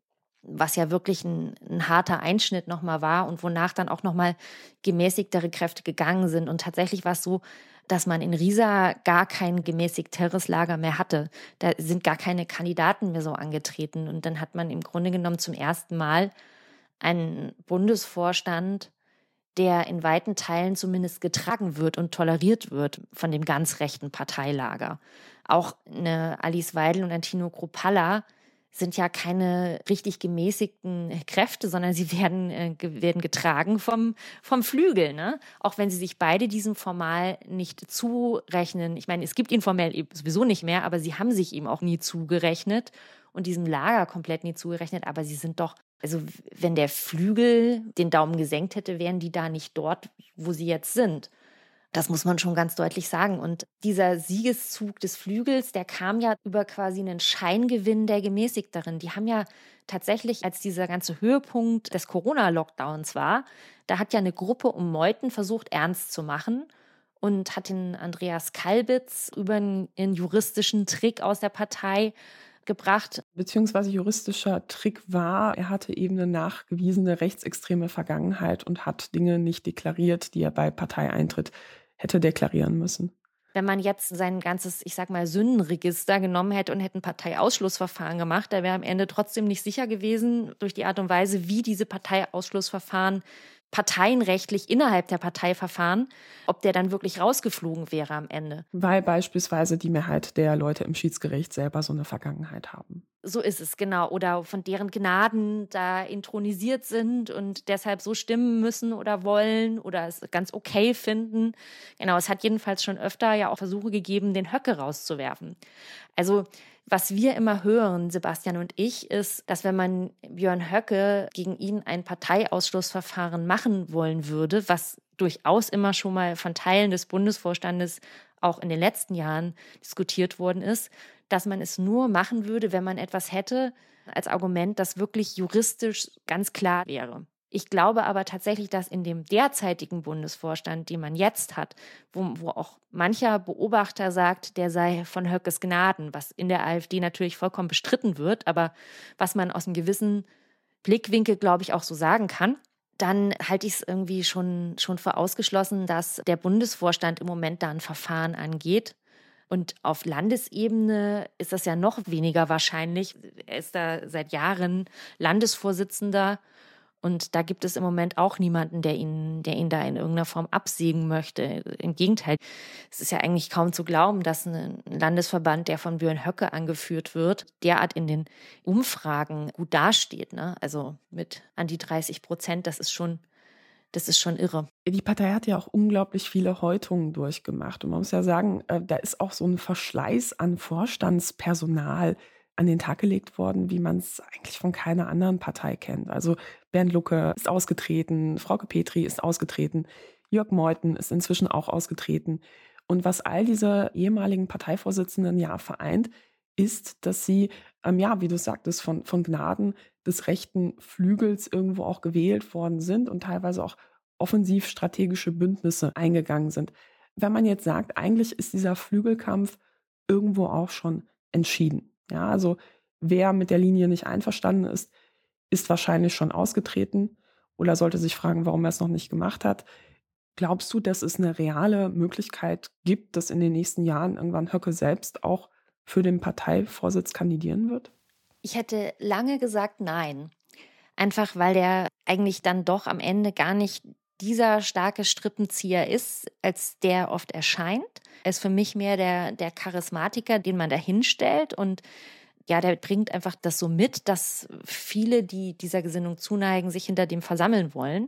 [SPEAKER 2] Was ja wirklich ein, ein harter Einschnitt nochmal war und wonach dann auch nochmal gemäßigtere Kräfte gegangen sind. Und tatsächlich war es so, dass man in Riesa gar kein gemäßigteres Lager mehr hatte. Da sind gar keine Kandidaten mehr so angetreten. Und dann hat man im Grunde genommen zum ersten Mal einen Bundesvorstand, der in weiten Teilen zumindest getragen wird und toleriert wird von dem ganz rechten Parteilager. Auch eine Alice Weidel und ein Tino Kruppalla sind ja keine richtig gemäßigten Kräfte, sondern sie werden, äh, werden getragen vom, vom Flügel, ne? Auch wenn sie sich beide diesem formal nicht zurechnen. Ich meine, es gibt ihn formell sowieso nicht mehr, aber sie haben sich ihm auch nie zugerechnet und diesem Lager komplett nie zugerechnet. Aber sie sind doch, also wenn der Flügel den Daumen gesenkt hätte, wären die da nicht dort, wo sie jetzt sind. Das muss man schon ganz deutlich sagen. Und dieser Siegeszug des Flügels, der kam ja über quasi einen Scheingewinn der Gemäßigteren. Die haben ja tatsächlich, als dieser ganze Höhepunkt des Corona-Lockdowns war, da hat ja eine Gruppe um Meuthen versucht, ernst zu machen und hat den Andreas Kalbitz über einen, einen juristischen Trick aus der Partei gebracht.
[SPEAKER 6] Beziehungsweise juristischer Trick war, er hatte eben eine nachgewiesene rechtsextreme Vergangenheit und hat Dinge nicht deklariert, die er bei Parteieintritt hätte deklarieren müssen.
[SPEAKER 2] Wenn man jetzt sein ganzes, ich sag mal, Sündenregister genommen hätte und hätte ein Parteiausschlussverfahren gemacht, da wäre am Ende trotzdem nicht sicher gewesen, durch die Art und Weise, wie diese Parteiausschlussverfahren parteienrechtlich innerhalb der Partei verfahren, ob der dann wirklich rausgeflogen wäre am Ende.
[SPEAKER 6] Weil beispielsweise die Mehrheit der Leute im Schiedsgericht selber so eine Vergangenheit haben.
[SPEAKER 2] So ist es, genau. Oder von deren Gnaden da intronisiert sind und deshalb so stimmen müssen oder wollen oder es ganz okay finden. Genau, es hat jedenfalls schon öfter ja auch Versuche gegeben, den Höcke rauszuwerfen. Also was wir immer hören, Sebastian und ich, ist, dass wenn man Björn Höcke gegen ihn ein Parteiausschlussverfahren machen wollen würde, was durchaus immer schon mal von Teilen des Bundesvorstandes auch in den letzten Jahren diskutiert worden ist, dass man es nur machen würde, wenn man etwas hätte als Argument, das wirklich juristisch ganz klar wäre. Ich glaube aber tatsächlich, dass in dem derzeitigen Bundesvorstand, den man jetzt hat, wo, wo auch mancher Beobachter sagt, der sei von Höckes Gnaden, was in der AfD natürlich vollkommen bestritten wird, aber was man aus einem gewissen Blickwinkel, glaube ich, auch so sagen kann, dann halte ich es irgendwie schon, schon für ausgeschlossen, dass der Bundesvorstand im Moment da ein Verfahren angeht. Und auf Landesebene ist das ja noch weniger wahrscheinlich. Er ist da seit Jahren Landesvorsitzender. Und da gibt es im Moment auch niemanden, der ihn, der ihn da in irgendeiner Form absägen möchte. Im Gegenteil, es ist ja eigentlich kaum zu glauben, dass ein Landesverband, der von Björn Höcke angeführt wird, derart in den Umfragen gut dasteht. Ne? Also mit an die dreißig Prozent, das ist schon, das ist schon irre.
[SPEAKER 6] Die Partei hat ja auch unglaublich viele Häutungen durchgemacht. Und man muss ja sagen, da ist auch so ein Verschleiß an Vorstandspersonal an den Tag gelegt worden, wie man es eigentlich von keiner anderen Partei kennt. Also Bernd Lucke ist ausgetreten, Frauke Petri ist ausgetreten, Jörg Meuthen ist inzwischen auch ausgetreten. Und was all diese ehemaligen Parteivorsitzenden ja vereint, ist, dass sie, ähm, ja, wie du sagtest, von, von Gnaden des rechten Flügels irgendwo auch gewählt worden sind und teilweise auch offensiv strategische Bündnisse eingegangen sind. Wenn man jetzt sagt, eigentlich ist dieser Flügelkampf irgendwo auch schon entschieden. Ja, also wer mit der Linie nicht einverstanden ist, ist wahrscheinlich schon ausgetreten oder sollte sich fragen, warum er es noch nicht gemacht hat. Glaubst du, dass es eine reale Möglichkeit gibt, dass in den nächsten Jahren irgendwann Höcke selbst auch für den Parteivorsitz kandidieren wird?
[SPEAKER 2] Ich hätte lange gesagt nein. Einfach weil der eigentlich dann doch am Ende gar nicht dieser starke Strippenzieher ist, als der oft erscheint. Er ist für mich mehr der, der Charismatiker, den man da hinstellt. Und ja, der bringt einfach das so mit, dass viele, die dieser Gesinnung zuneigen, sich hinter dem versammeln wollen.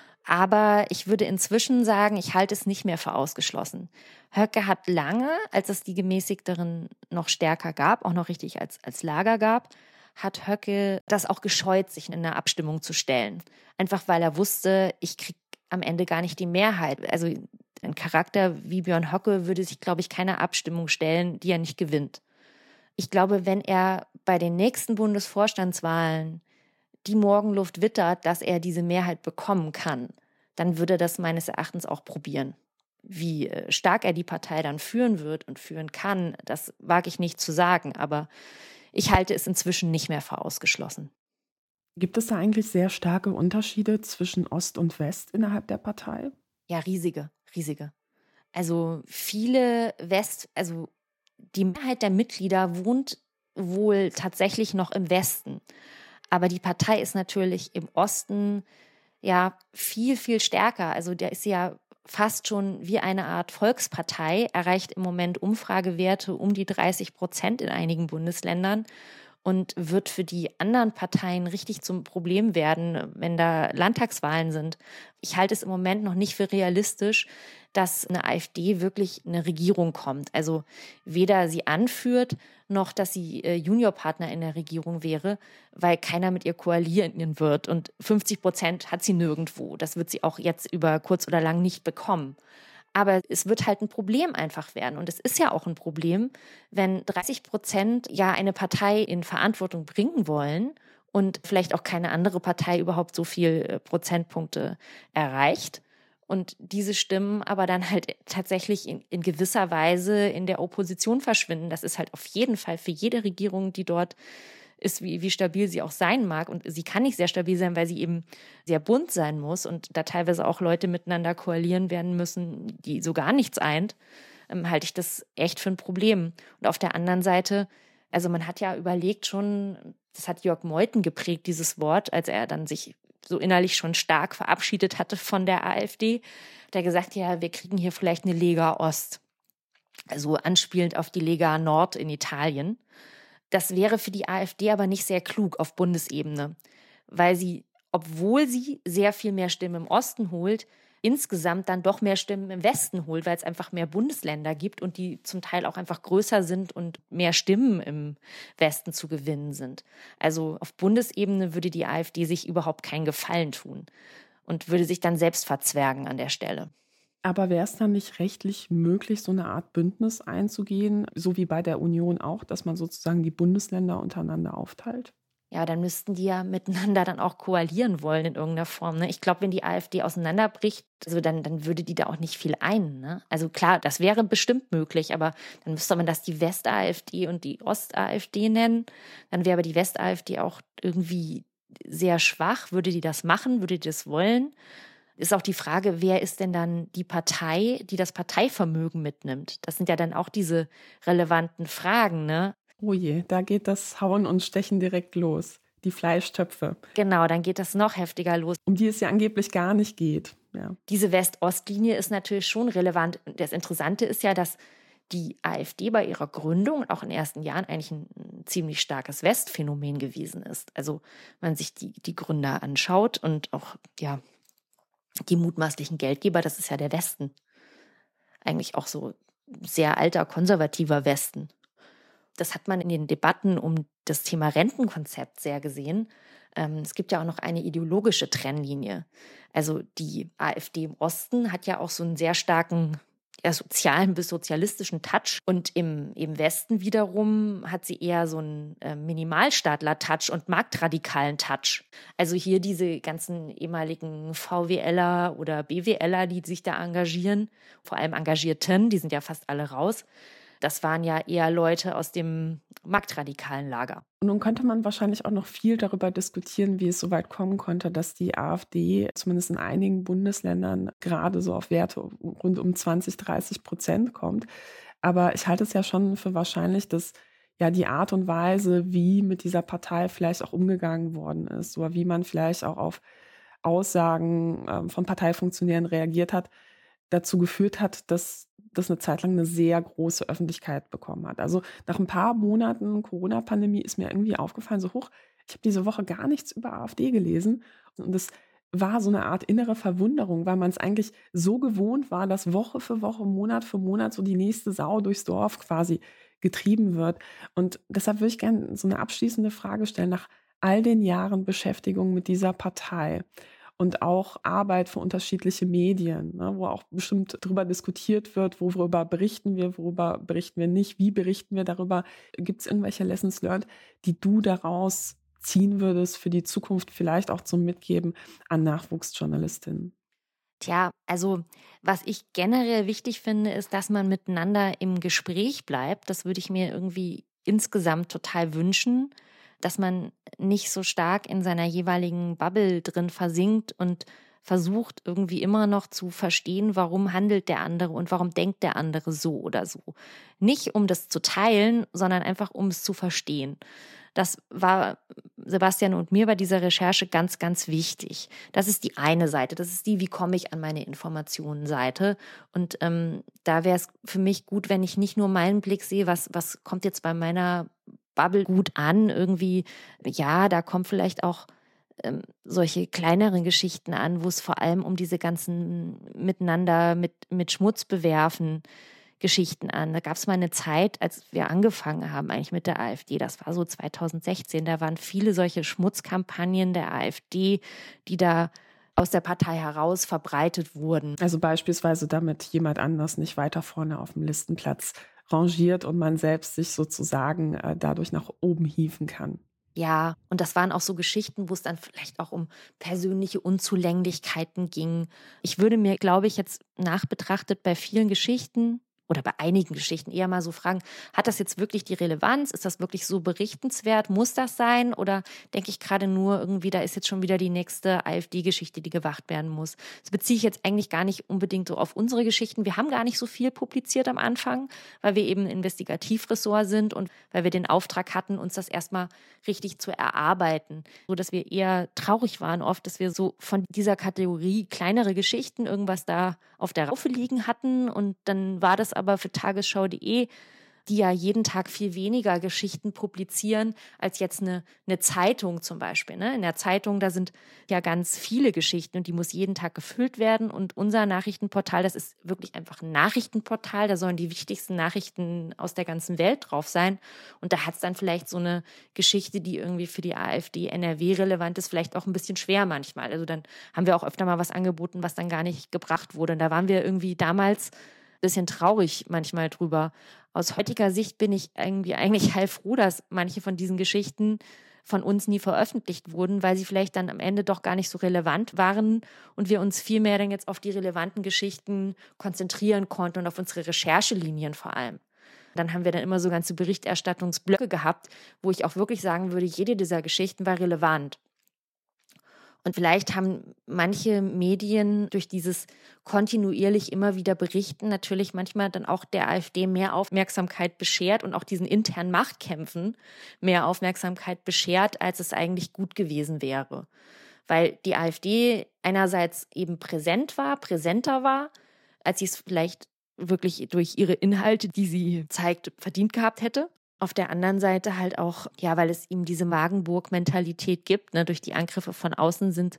[SPEAKER 2] Aber ich würde inzwischen sagen, ich halte es nicht mehr für ausgeschlossen. Höcke hat lange, als es die Gemäßigteren noch stärker gab, auch noch richtig als, als Lager gab, hat Höcke das auch gescheut, sich in eine Abstimmung zu stellen. Einfach weil er wusste, ich kriege am Ende gar nicht die Mehrheit. Also ein Charakter wie Björn Höcke würde sich, glaube ich, keiner Abstimmung stellen, die er nicht gewinnt. Ich glaube, wenn er bei den nächsten Bundesvorstandswahlen die Morgenluft wittert, dass er diese Mehrheit bekommen kann, dann würde er das meines Erachtens auch probieren. Wie stark er die Partei dann führen wird und führen kann, das wage ich nicht zu sagen, aber ich halte es inzwischen nicht mehr für ausgeschlossen.
[SPEAKER 6] Gibt es da eigentlich sehr starke Unterschiede zwischen Ost und West innerhalb der Partei?
[SPEAKER 2] Ja, riesige, riesige. Also viele West, also die Mehrheit der Mitglieder wohnt wohl tatsächlich noch im Westen. Aber die Partei ist natürlich im Osten ja viel, viel stärker. Also der ist ja fast schon wie eine Art Volkspartei, erreicht im Moment Umfragewerte um die dreißig Prozent in einigen Bundesländern und wird für die anderen Parteien richtig zum Problem werden, wenn da Landtagswahlen sind. Ich halte es im Moment noch nicht für realistisch, dass eine AfD wirklich eine Regierung kommt. Also weder sie anführt, noch dass sie äh, Juniorpartner in der Regierung wäre, weil keiner mit ihr koalieren wird. Und fünfzig Prozent hat sie nirgendwo. Das wird sie auch jetzt über kurz oder lang nicht bekommen. Aber es wird halt ein Problem einfach werden. Und es ist ja auch ein Problem, wenn dreißig Prozent ja eine Partei in Verantwortung bringen wollen und vielleicht auch keine andere Partei überhaupt so viel Prozentpunkte erreicht. Und diese Stimmen aber dann halt tatsächlich in, in gewisser Weise in der Opposition verschwinden. Das ist halt auf jeden Fall für jede Regierung, die dort ist, wie, wie stabil sie auch sein mag. Und sie kann nicht sehr stabil sein, weil sie eben sehr bunt sein muss und da teilweise auch Leute miteinander koalieren werden müssen, die so gar nichts eint, ähm, halte ich das echt für ein Problem. Und auf der anderen Seite, also man hat ja überlegt schon, das hat Jörg Meuthen geprägt, dieses Wort, als er dann sich so innerlich schon stark verabschiedet hatte von der AfD, hat er gesagt, ja, wir kriegen hier vielleicht eine Lega Ost. Also anspielend auf die Lega Nord in Italien. Das wäre für die AfD aber nicht sehr klug auf Bundesebene, weil sie, obwohl sie sehr viel mehr Stimmen im Osten holt, insgesamt dann doch mehr Stimmen im Westen holt, weil es einfach mehr Bundesländer gibt und die zum Teil auch einfach größer sind und mehr Stimmen im Westen zu gewinnen sind. Also auf Bundesebene würde die AfD sich überhaupt keinen Gefallen tun und würde sich dann selbst verzwergen an der Stelle.
[SPEAKER 6] Aber wäre es dann nicht rechtlich möglich, so eine Art Bündnis einzugehen, so wie bei der Union auch, dass man sozusagen die Bundesländer untereinander aufteilt?
[SPEAKER 2] Ja, dann müssten die ja miteinander dann auch koalieren wollen in irgendeiner Form. Ne? Ich glaube, wenn die AfD auseinanderbricht, also dann, dann würde die da auch nicht viel ein. Ne? Also klar, das wäre bestimmt möglich, aber dann müsste man das die West-AfD und die Ost-AfD nennen. Dann wäre aber die West-AfD auch irgendwie sehr schwach. Würde die das machen? Würde die das wollen? Ist auch die Frage, wer ist denn dann die Partei, die das Parteivermögen mitnimmt? Das sind ja dann auch diese relevanten Fragen, ne?
[SPEAKER 6] Oh je, da geht das Hauen und Stechen direkt los. Die Fleischtöpfe.
[SPEAKER 2] Genau, dann geht das noch heftiger los.
[SPEAKER 6] Um die es ja angeblich gar nicht geht. Ja.
[SPEAKER 2] Diese West-Ost-Linie ist natürlich schon relevant. Das Interessante ist ja, dass die AfD bei ihrer Gründung und auch in den ersten Jahren eigentlich ein, ein ziemlich starkes Westphänomen gewesen ist. Also wenn man sich die, die Gründer anschaut und auch ja die mutmaßlichen Geldgeber, das ist ja der Westen. Eigentlich auch so sehr alter, konservativer Westen. Das hat man in den Debatten um das Thema Rentenkonzept sehr gesehen. Ähm, es gibt ja auch noch eine ideologische Trennlinie. Also die AfD im Osten hat ja auch so einen sehr starken ja, sozialen bis sozialistischen Touch. Und im, im Westen wiederum hat sie eher so einen äh, Minimalstaatler-Touch und marktradikalen Touch. Also hier diese ganzen ehemaligen VWLer oder BWLer, die sich da engagieren, vor allem Engagierten, die sind ja fast alle raus. Das waren ja eher Leute aus dem marktradikalen Lager.
[SPEAKER 6] Und nun könnte man wahrscheinlich auch noch viel darüber diskutieren, wie es so weit kommen konnte, dass die AfD zumindest in einigen Bundesländern gerade so auf Werte rund um zwanzig, dreißig Prozent kommt. Aber ich halte es ja schon für wahrscheinlich, dass ja die Art und Weise, wie mit dieser Partei vielleicht auch umgegangen worden ist, oder wie man vielleicht auch auf Aussagen äh, von Parteifunktionären reagiert hat, dazu geführt hat, dass das eine Zeit lang eine sehr große Öffentlichkeit bekommen hat. Also nach ein paar Monaten Corona-Pandemie ist mir irgendwie aufgefallen, so hoch, ich habe diese Woche gar nichts über AfD gelesen. Und das war so eine Art innere Verwunderung, weil man es eigentlich so gewohnt war, dass Woche für Woche, Monat für Monat so die nächste Sau durchs Dorf quasi getrieben wird. Und deshalb würde ich gerne so eine abschließende Frage stellen, nach all den Jahren Beschäftigung mit dieser Partei und auch Arbeit für unterschiedliche Medien, ne, wo auch bestimmt darüber diskutiert wird, worüber berichten wir, worüber berichten wir nicht, wie berichten wir darüber. Gibt es irgendwelche Lessons learned, die du daraus ziehen würdest für die Zukunft, vielleicht auch zum Mitgeben an Nachwuchsjournalistinnen?
[SPEAKER 2] Tja, also was ich generell wichtig finde, ist, dass man miteinander im Gespräch bleibt. Das würde ich mir irgendwie insgesamt total wünschen, dass man nicht so stark in seiner jeweiligen Bubble drin versinkt und versucht irgendwie immer noch zu verstehen, warum handelt der andere und warum denkt der andere so oder so. Nicht um das zu teilen, sondern einfach um es zu verstehen. Das war Sebastian und mir bei dieser Recherche ganz, ganz wichtig. Das ist die eine Seite. Das ist die, wie komme ich an meine Informationen-Seite. Und ähm, da wäre es für mich gut, wenn ich nicht nur meinen Blick sehe, was, was kommt jetzt bei meiner Bubble gut an. Irgendwie, ja, da kommen vielleicht auch ähm, solche kleineren Geschichten an, wo es vor allem um diese ganzen Miteinander mit, mit Schmutz bewerfen Geschichten an. Da gab es mal eine Zeit, als wir angefangen haben eigentlich mit der AfD, das war so zweitausendsechzehn, da waren viele solche Schmutzkampagnen der AfD, die da aus der Partei heraus verbreitet wurden.
[SPEAKER 6] Also beispielsweise damit jemand anders nicht weiter vorne auf dem Listenplatz rangiert und man selbst sich sozusagen äh, dadurch nach oben hieven kann.
[SPEAKER 2] Ja, und das waren auch so Geschichten, wo es dann vielleicht auch um persönliche Unzulänglichkeiten ging. Ich würde mir, glaube ich, jetzt nachbetrachtet bei vielen Geschichten oder bei einigen Geschichten eher mal so fragen, hat das jetzt wirklich die Relevanz? Ist das wirklich so berichtenswert? Muss das sein? Oder denke ich gerade nur irgendwie, da ist jetzt schon wieder die nächste AfD-Geschichte, die gewacht werden muss? Das beziehe ich jetzt eigentlich gar nicht unbedingt so auf unsere Geschichten. Wir haben gar nicht so viel publiziert am Anfang, weil wir eben ein Investigativressort sind und weil wir den Auftrag hatten, uns das erstmal richtig zu erarbeiten. So dass wir eher traurig waren oft, dass wir so von dieser Kategorie kleinere Geschichten irgendwas da auf der Raufe liegen hatten und dann war das aber für Tagesschau punkt de, die ja jeden Tag viel weniger Geschichten publizieren als jetzt eine, eine Zeitung zum Beispiel. Ne? In der Zeitung, da sind ja ganz viele Geschichten und die muss jeden Tag gefüllt werden. Und unser Nachrichtenportal, das ist wirklich einfach ein Nachrichtenportal. Da sollen die wichtigsten Nachrichten aus der ganzen Welt drauf sein. Und da hat es dann vielleicht so eine Geschichte, die irgendwie für die AfD N R W relevant ist, vielleicht auch ein bisschen schwer manchmal. Also dann haben wir auch öfter mal was angeboten, was dann gar nicht gebracht wurde. Und da waren wir irgendwie damals bisschen traurig manchmal drüber. Aus heutiger Sicht bin ich irgendwie eigentlich heilfroh, dass manche von diesen Geschichten von uns nie veröffentlicht wurden, weil sie vielleicht dann am Ende doch gar nicht so relevant waren und wir uns viel mehr dann jetzt auf die relevanten Geschichten konzentrieren konnten und auf unsere Recherchelinien vor allem. Dann haben wir dann immer so ganze Berichterstattungsblöcke gehabt, wo ich auch wirklich sagen würde, jede dieser Geschichten war relevant. Und vielleicht haben manche Medien durch dieses kontinuierlich immer wieder Berichten natürlich manchmal dann auch der AfD mehr Aufmerksamkeit beschert und auch diesen internen Machtkämpfen mehr Aufmerksamkeit beschert, als es eigentlich gut gewesen wäre. Weil die AfD einerseits eben präsent war, präsenter war, als sie es vielleicht wirklich durch ihre Inhalte, die sie zeigt, verdient gehabt hätte. Auf der anderen Seite halt auch, ja, weil es ihm diese Wagenburg-Mentalität gibt, ne, durch die Angriffe von außen sind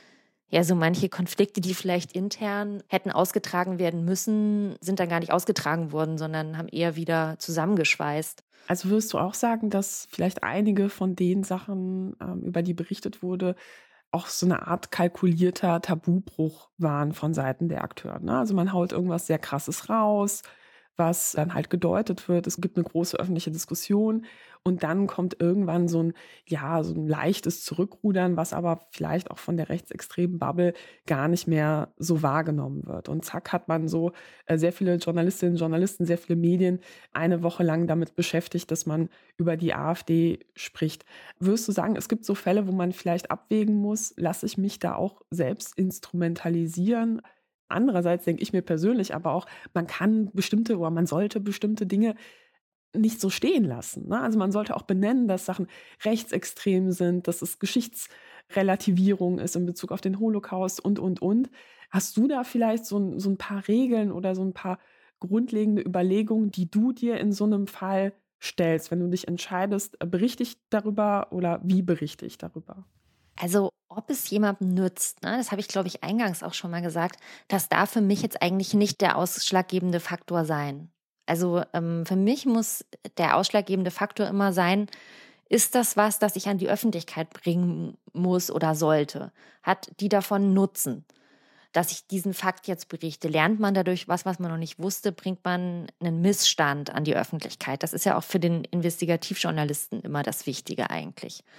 [SPEAKER 2] ja so manche Konflikte, die vielleicht intern hätten ausgetragen werden müssen, sind dann gar nicht ausgetragen worden, sondern haben eher wieder zusammengeschweißt.
[SPEAKER 6] Also würdest du auch sagen, dass vielleicht einige von den Sachen, ähm, über die berichtet wurde, auch so eine Art kalkulierter Tabubruch waren von Seiten der Akteure, ne? Also man haut irgendwas sehr Krasses raus, was dann halt gedeutet wird. Es gibt eine große öffentliche Diskussion und dann kommt irgendwann so ein, ja, so ein leichtes Zurückrudern, was aber vielleicht auch von der rechtsextremen Bubble gar nicht mehr so wahrgenommen wird. Und zack hat man so äh, sehr viele Journalistinnen und Journalisten, sehr viele Medien eine Woche lang damit beschäftigt, dass man über die AfD spricht. Würdest du sagen, es gibt so Fälle, wo man vielleicht abwägen muss, lasse ich mich da auch selbst instrumentalisieren? Andererseits denke ich mir persönlich aber auch, man kann bestimmte oder man sollte bestimmte Dinge nicht so stehen lassen, ne? Also man sollte auch benennen, dass Sachen rechtsextrem sind, dass es Geschichtsrelativierung ist in Bezug auf den Holocaust und, und, und. Hast du da vielleicht so ein, so ein paar Regeln oder so ein paar grundlegende Überlegungen, die du dir in so einem Fall stellst, wenn du dich entscheidest, berichte ich darüber oder wie berichte ich darüber?
[SPEAKER 2] Also ob es jemandem nützt, ne, das habe ich, glaube ich, eingangs auch schon mal gesagt, das darf für mich jetzt eigentlich nicht der ausschlaggebende Faktor sein. Also ähm, für mich muss der ausschlaggebende Faktor immer sein, ist das was, das ich an die Öffentlichkeit bringen muss oder sollte? Hat die davon Nutzen? Dass ich diesen Fakt jetzt berichte, lernt man dadurch was, was man noch nicht wusste, bringt man einen Missstand an die Öffentlichkeit. Das ist ja auch für den Investigativjournalisten immer das Wichtige eigentlich.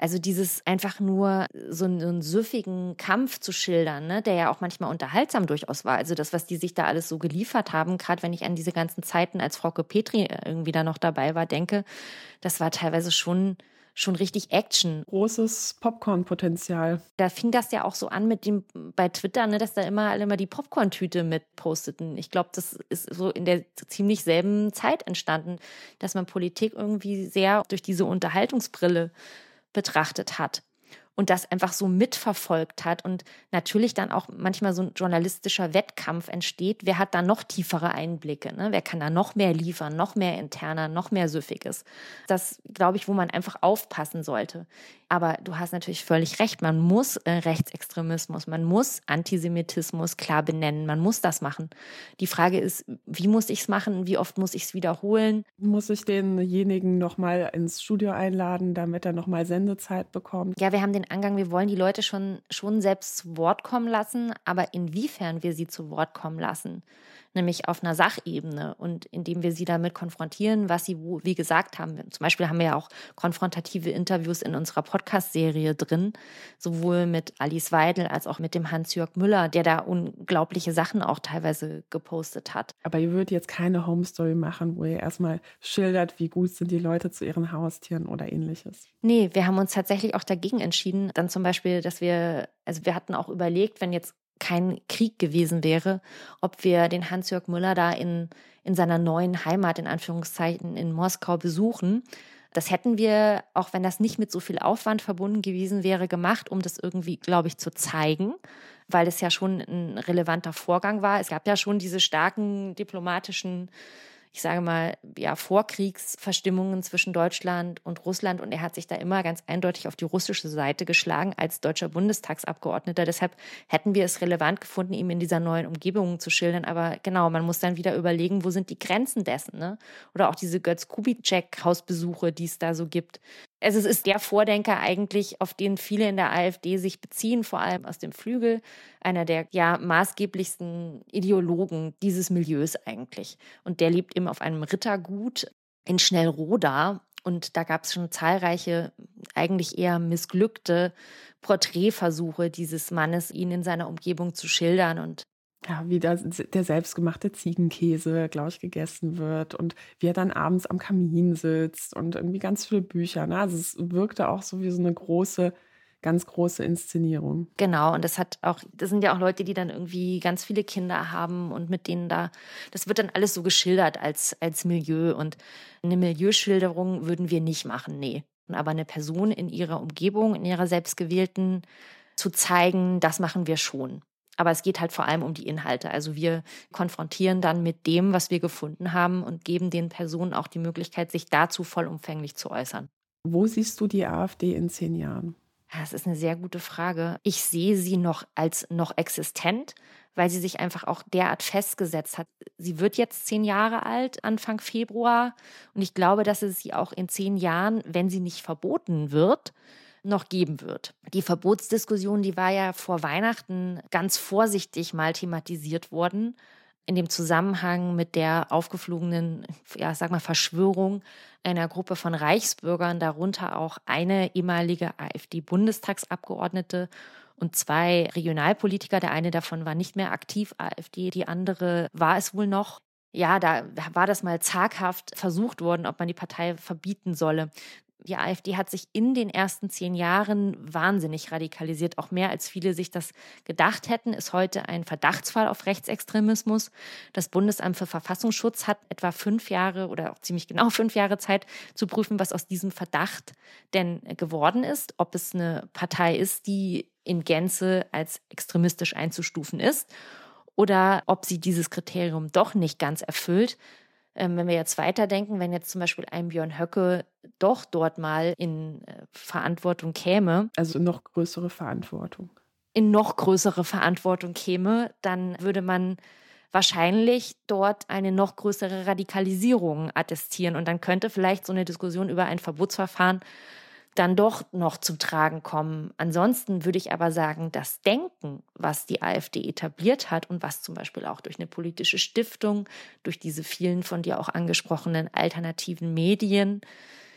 [SPEAKER 2] Also dieses einfach nur so einen, so einen süffigen Kampf zu schildern, ne, der ja auch manchmal unterhaltsam durchaus war. Also das, was die sich da alles so geliefert haben, gerade wenn ich an diese ganzen Zeiten, als Frauke Petry irgendwie da noch dabei war, denke, das war teilweise schon schon richtig Action.
[SPEAKER 6] Großes Popcorn-Potenzial.
[SPEAKER 2] Da fing das ja auch so an mit dem bei Twitter, ne, dass da immer alle immer die Popcorn-Tüte mit posteten. Ich glaube, das ist so in der ziemlich selben Zeit entstanden, dass man Politik irgendwie sehr durch diese Unterhaltungsbrille betrachtet hat und das einfach so mitverfolgt hat und natürlich dann auch manchmal so ein journalistischer Wettkampf entsteht. Wer hat da noch tiefere Einblicke? Ne? Wer kann da noch mehr liefern, noch mehr interner, noch mehr Süffiges? Das, glaube ich, wo man einfach aufpassen sollte. Aber du hast natürlich völlig recht, man muss äh, Rechtsextremismus, man muss Antisemitismus klar benennen, man muss das machen. Die Frage ist, wie muss ich es machen, wie oft muss ich es wiederholen?
[SPEAKER 6] Muss ich denjenigen nochmal ins Studio einladen, damit er nochmal Sendezeit bekommt?
[SPEAKER 2] Ja, wir haben den Angang, wir wollen die Leute schon, schon selbst zu Wort kommen lassen, aber inwiefern wir sie zu Wort kommen lassen, nämlich auf einer Sachebene und indem wir sie damit konfrontieren, was sie wo, wie gesagt haben. Zum Beispiel haben wir ja auch konfrontative Interviews in unserer Podcast-Serie drin, sowohl mit Alice Weidel als auch mit dem Hans-Jörg Müller, der da unglaubliche Sachen auch teilweise gepostet hat.
[SPEAKER 6] Aber ihr würdet jetzt keine Home-Story machen, wo ihr erstmal schildert, wie gut sind die Leute zu ihren Haustieren oder ähnliches?
[SPEAKER 2] Nee, wir haben uns tatsächlich auch dagegen entschieden. Dann zum Beispiel, dass wir, also wir hatten auch überlegt, wenn jetzt kein Krieg gewesen wäre, ob wir den Hans-Jörg Müller da in, in seiner neuen Heimat, in Anführungszeichen, in Moskau besuchen. Das hätten wir, auch wenn das nicht mit so viel Aufwand verbunden gewesen wäre, gemacht, um das irgendwie, glaube ich, zu zeigen, weil es ja schon ein relevanter Vorgang war. Es gab ja schon diese starken diplomatischen, ich sage mal, ja, Vorkriegsverstimmungen zwischen Deutschland und Russland. Und er hat sich da immer ganz eindeutig auf die russische Seite geschlagen als deutscher Bundestagsabgeordneter. Deshalb hätten wir es relevant gefunden, ihm in dieser neuen Umgebung zu schildern. Aber genau, man muss dann wieder überlegen, wo sind die Grenzen dessen, ne? Oder auch diese Götz-Kubitschek-Hausbesuche, die es da so gibt. Also es ist der Vordenker eigentlich, auf den viele in der AfD sich beziehen, vor allem aus dem Flügel, einer der ja maßgeblichsten Ideologen dieses Milieus eigentlich. Und der lebt eben auf einem Rittergut in Schnellroda. Und da gab es schon zahlreiche, eigentlich eher missglückte Porträtversuche dieses Mannes, ihn in seiner Umgebung zu schildern. Und
[SPEAKER 6] ja, wie der, der selbstgemachte Ziegenkäse, glaube ich, gegessen wird und wie er dann abends am Kamin sitzt und irgendwie ganz viele Bücher. Ne? Also es wirkte auch so wie so eine große, ganz große Inszenierung.
[SPEAKER 2] Genau, und das hat auch, das sind ja auch Leute, die dann irgendwie ganz viele Kinder haben und mit denen da, das wird dann alles so geschildert als, als Milieu. Und eine Milieuschilderung würden wir nicht machen, nee. Aber eine Person in ihrer Umgebung, in ihrer selbstgewählten zu zeigen, das machen wir schon. Aber es geht halt vor allem um die Inhalte. Also wir konfrontieren dann mit dem, was wir gefunden haben und geben den Personen auch die Möglichkeit, sich dazu vollumfänglich zu äußern.
[SPEAKER 6] Wo siehst du die AfD in zehn Jahren?
[SPEAKER 2] Das ist eine sehr gute Frage. Ich sehe sie noch als noch existent, weil sie sich einfach auch derart festgesetzt hat. Sie wird jetzt zehn Jahre alt, Anfang Februar. Und ich glaube, dass es sie auch in zehn Jahren, wenn sie nicht verboten wird, noch geben wird. Die Verbotsdiskussion, die war ja vor Weihnachten ganz vorsichtig mal thematisiert worden, in dem Zusammenhang mit der aufgeflogenen, ja, sag mal, Verschwörung einer Gruppe von Reichsbürgern, darunter auch eine ehemalige AfD-Bundestagsabgeordnete und zwei Regionalpolitiker. Der eine davon war nicht mehr aktiv AfD, die andere war es wohl noch. Ja, da war das mal zaghaft versucht worden, ob man die Partei verbieten solle. Die AfD hat sich in den ersten zehn Jahren wahnsinnig radikalisiert. Auch mehr als viele sich das gedacht hätten, ist heute ein Verdachtsfall auf Rechtsextremismus. Das Bundesamt für Verfassungsschutz hat etwa fünf Jahre oder auch ziemlich genau fünf Jahre Zeit zu prüfen, was aus diesem Verdacht denn geworden ist. Ob es eine Partei ist, die in Gänze als extremistisch einzustufen ist oder ob sie dieses Kriterium doch nicht ganz erfüllt. Ähm, wenn wir jetzt weiterdenken, wenn jetzt zum Beispiel ein Björn Höcke doch dort mal in äh, Verantwortung käme.
[SPEAKER 6] Also noch größere Verantwortung.
[SPEAKER 2] In noch größere Verantwortung käme, dann würde man wahrscheinlich dort eine noch größere Radikalisierung attestieren. Und dann könnte vielleicht so eine Diskussion über ein Verbotsverfahren dann doch noch zum Tragen kommen. Ansonsten würde ich aber sagen, das Denken, was die AfD etabliert hat und was zum Beispiel auch durch eine politische Stiftung, durch diese vielen von dir auch angesprochenen alternativen Medien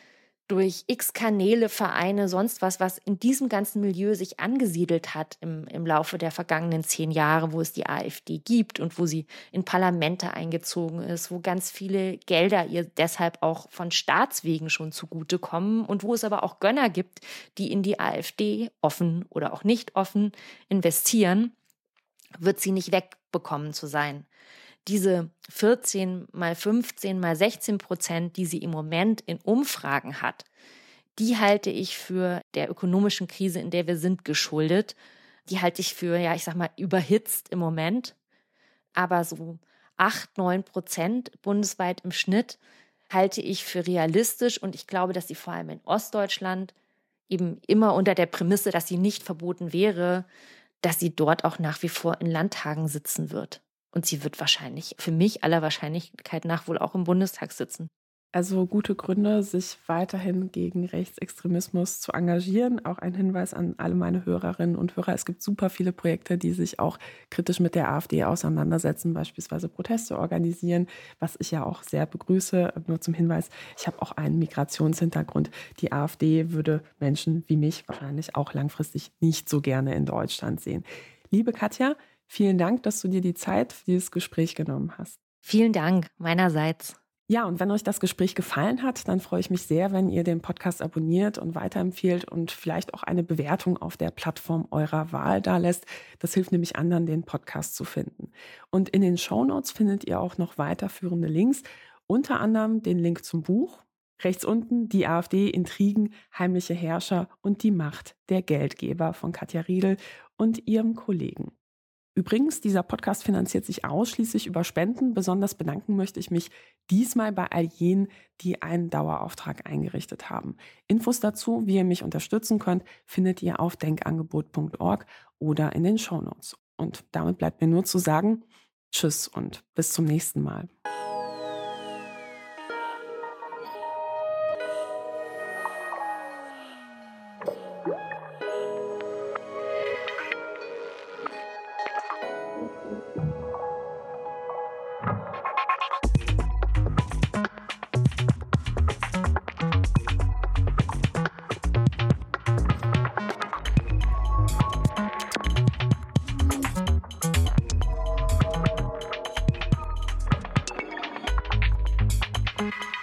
[SPEAKER 2] durch x Kanäle, Vereine, sonst was, was in diesem ganzen Milieu sich angesiedelt hat im, im Laufe der vergangenen zehn Jahre, wo es die AfD gibt und wo sie in Parlamente eingezogen ist, wo ganz viele Gelder ihr deshalb auch von Staatswegen schon zugutekommen und wo es aber auch Gönner gibt, die in die AfD offen oder auch nicht offen investieren, wird sie nicht wegbekommen zu sein. Diese vierzehn mal fünfzehn mal sechzehn Prozent, die sie im Moment in Umfragen hat, die halte ich für der ökonomischen Krise, in der wir sind, geschuldet. Die halte ich für, ja, ich sag mal, überhitzt im Moment. Aber so acht, neun Prozent bundesweit im Schnitt halte ich für realistisch. Und ich glaube, dass sie vor allem in Ostdeutschland eben immer unter der Prämisse, dass sie nicht verboten wäre, dass sie dort auch nach wie vor in Landtagen sitzen wird. Und sie wird wahrscheinlich, für mich aller Wahrscheinlichkeit nach, wohl auch im Bundestag sitzen.
[SPEAKER 6] Also gute Gründe, sich weiterhin gegen Rechtsextremismus zu engagieren. Auch ein Hinweis an alle meine Hörerinnen und Hörer. Es gibt super viele Projekte, die sich auch kritisch mit der AfD auseinandersetzen, beispielsweise Proteste organisieren, was ich ja auch sehr begrüße. Nur zum Hinweis, ich habe auch einen Migrationshintergrund. Die AfD würde Menschen wie mich wahrscheinlich auch langfristig nicht so gerne in Deutschland sehen. Liebe Katja, vielen Dank, dass du dir die Zeit für dieses Gespräch genommen hast.
[SPEAKER 2] Vielen Dank meinerseits.
[SPEAKER 6] Ja, und wenn euch das Gespräch gefallen hat, dann freue ich mich sehr, wenn ihr den Podcast abonniert und weiterempfehlt und vielleicht auch eine Bewertung auf der Plattform eurer Wahl dalässt. Das hilft nämlich anderen, den Podcast zu finden. Und in den Shownotes findet ihr auch noch weiterführende Links, unter anderem den Link zum Buch. Rechts unten die AfD, Intrigen, heimliche Herrscher und die Macht der Geldgeber von Katja Riedel und ihrem Kollegen. Übrigens, dieser Podcast finanziert sich ausschließlich über Spenden. Besonders bedanken möchte ich mich diesmal bei all jenen, die einen Dauerauftrag eingerichtet haben. Infos dazu, wie ihr mich unterstützen könnt, findet ihr auf denkangebot punkt org oder in den Shownotes. Und damit bleibt mir nur zu sagen, tschüss und bis zum nächsten Mal.
[SPEAKER 9] Thank you.